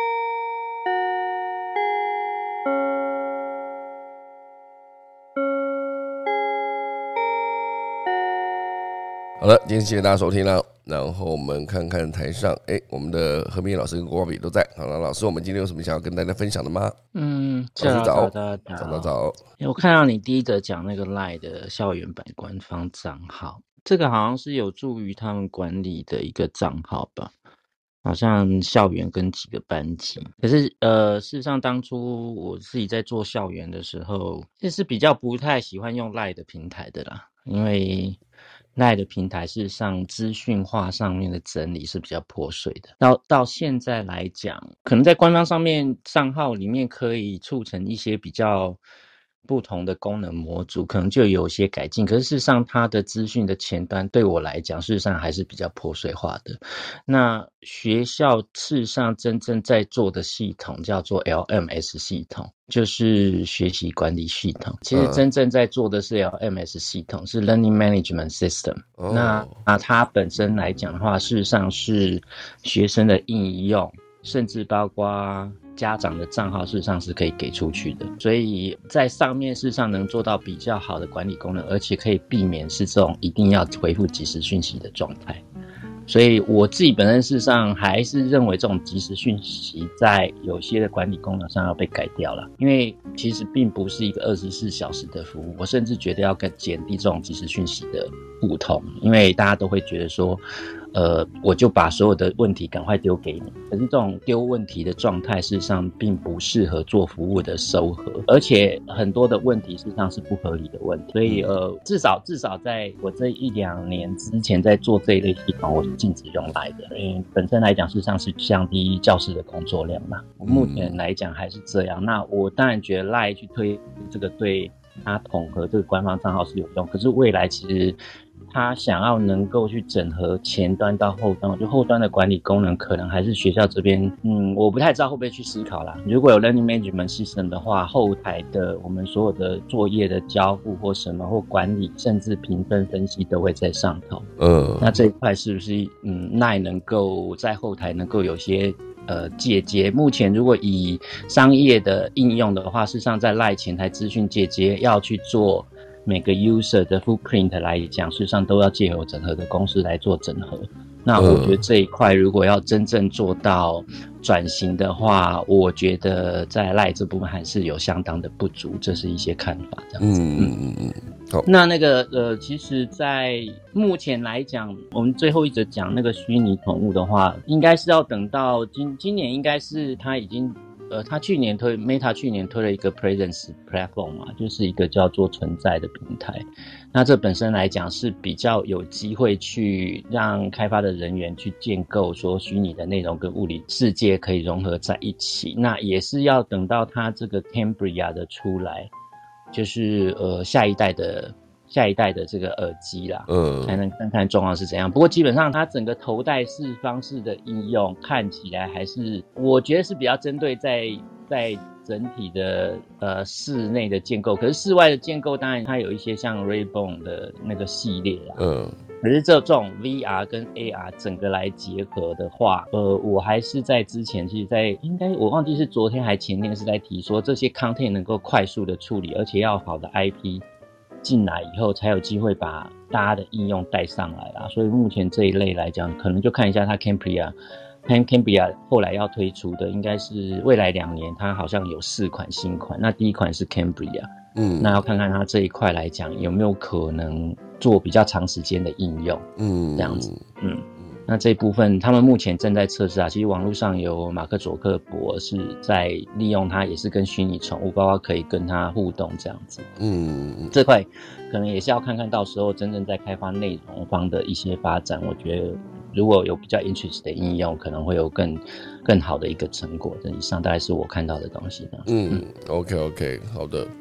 Speaker 1: 好了，今天谢谢大家收听了。然后我们看看台上，我们的何明老师跟郭宝比都在。好了，老师，我们今天有什么想要跟大家分享的吗？
Speaker 2: 早。我看到你第一则讲那个 LINE 的校园版官方账号，这个好像是有助于他们管理的一个账号吧，好像校园跟几个班级。可是事实上当初我自己在做校园的时候，其实比较不太喜欢用 LINE 的平台的啦，因为LINE 的平台事实上资讯化上面的整理是比较破碎的。到现在来讲，可能在官方上面账号里面可以促成一些比较不同的功能模组，可能就有一些改进。可是事实上它的资讯的前端对我来讲事实上还是比较破碎化的。那学校事实上真正在做的系统叫做 LMS 系统，就是学习管理系统。其实真正在做的是 LMS 系统，是 Learning Management System。那它本身来讲的话，事实上是学生的应用，甚至包括家长的账号，事实上是可以给出去的。所以在上面事实上能做到比较好的管理功能，而且可以避免是这种一定要回复即时讯息的状态。所以我自己本身事实上还是认为这种即时讯息在有些的管理功能上要被改掉了，因为其实并不是一个24小时的服务。我甚至觉得要更减低这种即时讯息的互通，因为大家都会觉得说我就把所有的问题赶快丢给你，可是这种丢问题的状态事实上并不适合做服务的收核，而且很多的问题事实上是不合理的问题。所以至少在我这1-2年之前在做这一类系统，我是禁止用 LINE 的，因为本身来讲事实上是降低教师的工作量嘛。我目前来讲还是这样。那我当然觉得 LINE 去推这个对它统合这个官方账号是有用，可是未来其实他想要能够去整合前端到后端，我觉得后端的管理功能可能还是学校这边，我不太知道会不会去思考啦。如果有 Learning Management System 的话，后台的我们所有的作业的交付或什么或管理，甚至评分分析都会在上头。那这一块是不是LINE能够在后台能够有些借接？目前如果以商业的应用的话，事实上在 LINE 前台资讯借接要去做每个 user 的 footprint 来讲，事实上都要借由整合的公司来做整合。那我觉得这一块如果要真正做到转型的话，我觉得在 LINE 这部分还是有相当的不足，这是一些看法这样子。好，那个其实在目前来讲，我们最后一则讲那个虚拟宠物的话，应该是要等到今年，应该是它已经他Meta 去年推了一个 Presence Platform 嘛，就是一个叫做存在的平台。那这本身来讲是比较有机会去让开发的人员去建构说虚拟的内容跟物理世界可以融合在一起。那也是要等到它这个 Cambria 的出来，就是下一代的这个耳机啦，才能看看状况是怎样。不过基本上它整个头戴式方式的应用看起来还是，我觉得是比较针对在整体的室内的建构，可是室外的建构当然它有一些像 Raybone 的那个系列啦。可是这种 VR 跟 AR 整个来结合的话，我还是在之前，其实应该我忘记是昨天还前天是在提说这些 content 能够快速的处理，而且要好的 IP 进来以后才有机会把大家的应用带上来啦。所以目前这一类来讲，可能就看一下它 Cambria 后来要推出的，应该是未来2年它好像有4款新款，那第一款是 Cambria，那要看看它这一块来讲有没有可能做比较长时间的应用，这样子。那这部分他们目前正在测试啊，其实网络上有马克佐克伯是在利用它，也是跟虚拟宠物包括可以跟它互动这样子。这块可能也是要看看到时候真正在开发内容方的一些发展，我觉得如果有比较 interest 的应用，可能会有更好的一个成果。这以上大概是我看到的东西。OK，
Speaker 1: 好的。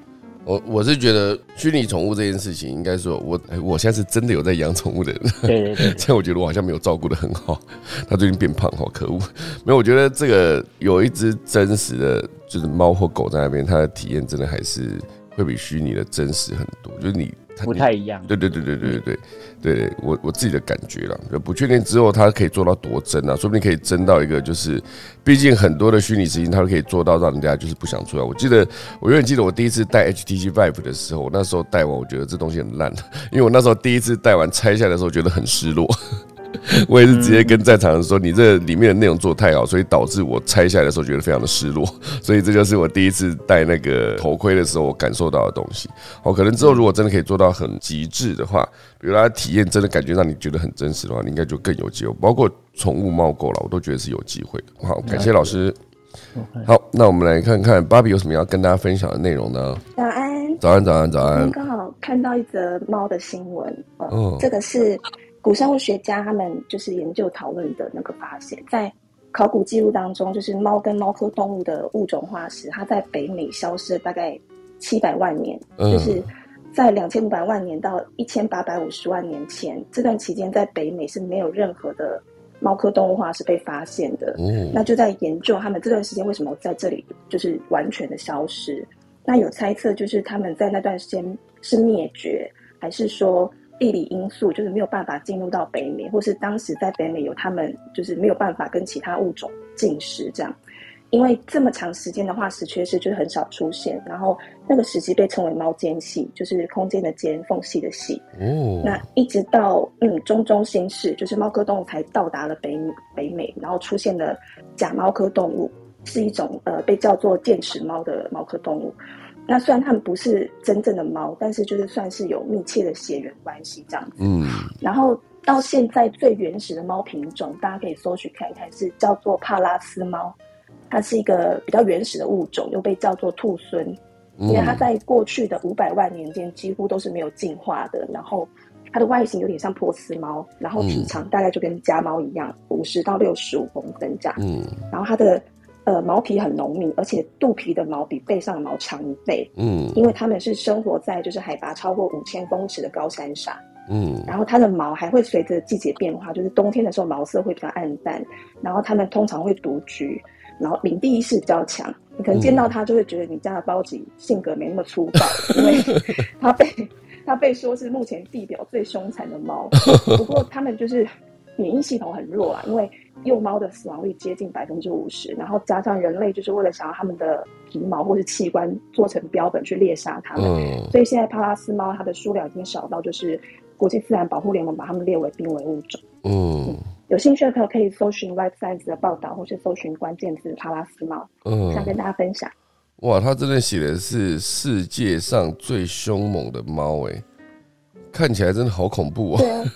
Speaker 1: 我是觉得虚拟宠物这件事情，应该说我现在是真的有在养宠物的人，
Speaker 2: 对，
Speaker 1: 现在我觉得我好像没有照顾得很好，它最近变胖，好可恶。没有，我觉得这个有一只真实的，就是猫或狗在那边，它的体验真的还是会比虚拟的真实很多，就是你
Speaker 2: 不太一样。
Speaker 1: 对，我自己的感觉啦，不确定之后它可以做到多真啊，说不定可以真到一个就是，毕竟很多的虚拟实境它都可以做到让人家就是不想出来。我永远记得我第一次带 HTC Vive 的时候，我那时候带完我觉得这东西很烂，因为我那时候第一次带完拆下来的时候觉得很失落。我也是直接跟在场人说，你这里面的内容做得太好，所以导致我拆下来的时候觉得非常的失落。所以这就是我第一次戴那个头盔的时候我感受到的东西。可能之后如果真的可以做到很极致的话，比如它体验真的感觉让你觉得很真实的话，你应该就更有机会。包括宠物猫狗了，我都觉得是有机会的。好，感谢老师。好，那我们来看看芭比有什么要跟大家分享的内容呢？
Speaker 3: 早安，
Speaker 1: 早安，早安，早安。
Speaker 3: 刚好看到一则猫的新闻，这个是古生物学家他们就是研究讨论的那个发现，在考古记录当中，就是猫跟猫科动物的物种化石，它在北美消失了大概700万年，就是在2500万年到1850万年前这段期间，在北美是没有任何的猫科动物化石被发现的。那就在研究他们这段时间为什么在这里就是完全的消失。那有猜测就是他们在那段时间是灭绝，还是说地理因素就是没有办法进入到北美，或是当时在北美有他们就是没有办法跟其他物种进食这样。因为这么长时间的化石缺失就是很少出现，然后那个时期被称为猫间隙，就是空间的间，缝隙的隙。那一直到中新世，就是猫科动物才到达了北美，然后出现了假猫科动物，是一种被叫做剑齿猫的猫科动物。那虽然它们不是真正的猫，但是就是算是有密切的血缘关系这样子。然后到现在最原始的猫品种，大家可以搜寻看一看，是叫做帕拉斯猫。它是一个比较原始的物种，又被叫做兔狲，因为它在过去的500万年间几乎都是没有进化的。然后它的外形有点像波斯猫，然后体长大概就跟家猫一样，50到65公分这样。然后它的毛皮很浓密，而且肚皮的毛比背上的毛长1倍。因为它们是生活在就是海拔超过5000公尺的高山上。然后它的毛还会随着季节变化，就是冬天的时候毛色会比较暗淡，然后它们通常会独居，然后领地意识比较强。你可能见到它就会觉得你家的包吉性格没那么粗暴，因为它被说是目前地表最凶残的猫。不过它们就是免疫系统很弱啦，因为幼猫的死亡率接近50%，然后加上人类就是为了想要它们的皮毛或是器官做成标本去猎杀它们，所以现在帕拉斯猫它的数量已经少到就是国际自然保护联盟把它们列为濒危物种。有兴趣的朋友可以搜寻 Life Science 的报道，或是搜寻关键字帕拉斯猫，想跟大家分享。
Speaker 1: 哇，他真的写的是世界上最凶猛的猫，看起来真的好恐怖哦。
Speaker 3: 对啊。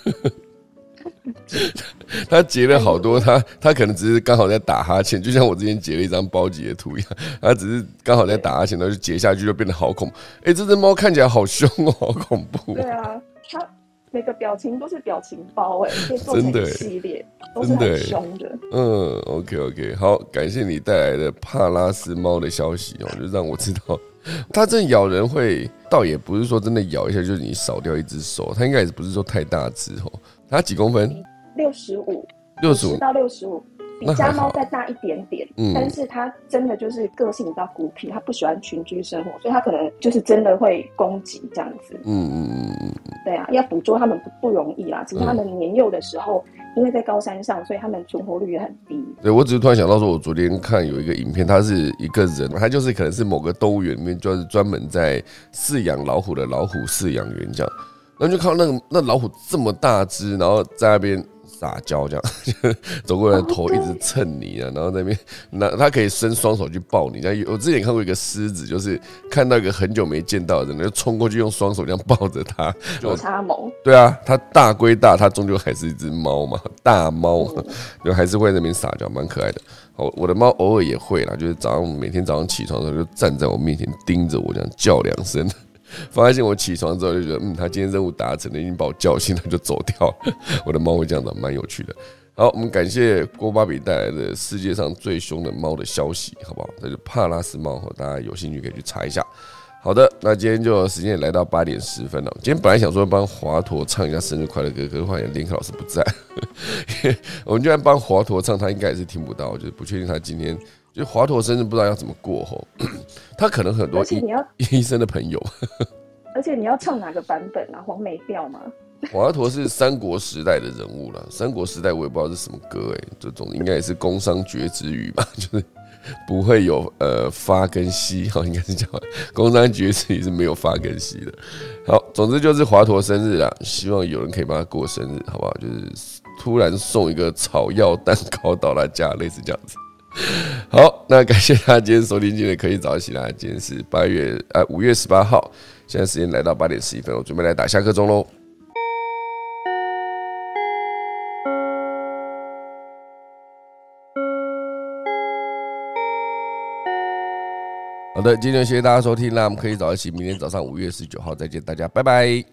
Speaker 1: 他截了好多，他可能只是刚好在打哈欠，就像我之前截了一张包吉的图一样，他只是刚好在打哈欠，然后就截下去就变得好恐怖。这只猫看起来好凶哦，好恐怖。
Speaker 3: 对啊，它每个表情都是表情包，可以做成一系列，都是很凶的。
Speaker 1: OK， 好，感谢你带来的帕拉斯猫的消息哦，就让我知道，它真的咬人会，倒也不是说真的咬一下就是你少掉一只手，它应该也不是说太大只哦。它几公分？65到65，比家猫再大一点点。但是它真的就是个性比较孤僻，它不喜欢群居生活，所以它可能就是真的会攻击这样子。对啊，要捕捉它们不容易啦。只是它们年幼的时候，因为在高山上，所以它们存活率也很低。 对，我只是突然想到说，我昨天看有一个影片，他是一个人，他就是可能是某个动物园里面就是专门在饲养老虎的老虎饲养员这样。然后就看到那老虎这么大只，然后在那边撒娇，这样走过来头一直蹭你啊，然后那边它可以伸双手去抱你。我之前看过一个狮子，就是看到一个很久没见到的人，就冲过去用双手这样抱着它，
Speaker 3: 有差萌。
Speaker 1: 对啊，它大归大，它终究还是一只猫嘛，大猫就还是会在那边撒娇，蛮可爱的。我的猫偶尔也会啦，就是每天早上起床的时候就站在我面前盯着我，这样叫2声。发现我起床之后就觉得，他今天任务达成了，已经把我叫醒了，就走掉了。我的猫会这样子，蛮有趣的。好，我们感谢郭芭比带来的世界上最凶的猫的消息，好不好？这是帕拉斯猫，大家有兴趣可以去查一下。 好的，那今天就时间也来到8点10分了。今天本来想说帮华佗唱一下生日快乐歌，可是后来连克老师不在，我们就算帮华佗唱，他应该也是听不到，就是不确定他今天就华佗生日不知道要怎么过吼。他可能很多医生的朋友，
Speaker 3: 而且你要唱哪个版本啊？黄梅调吗？
Speaker 1: 华佗是三国时代的人物了，三国时代我也不知道是什么歌这种应该也是宫商角徵羽吧，就是不会有发跟西，应该是这样，宫商角徵羽是没有发跟西的。好，总之就是华佗生日啦，希望有人可以帮他过生日，好不好？就是突然送一个草药蛋糕到他家，类似这样子。好，那感谢大家今天收听今天的可以早起啦，今天是5月18号，现在时间来到8点11分，我准备来打下课钟喽。好的，今天谢谢大家收听，那我们可以早一起，明天早上5月19号再见，大家拜拜。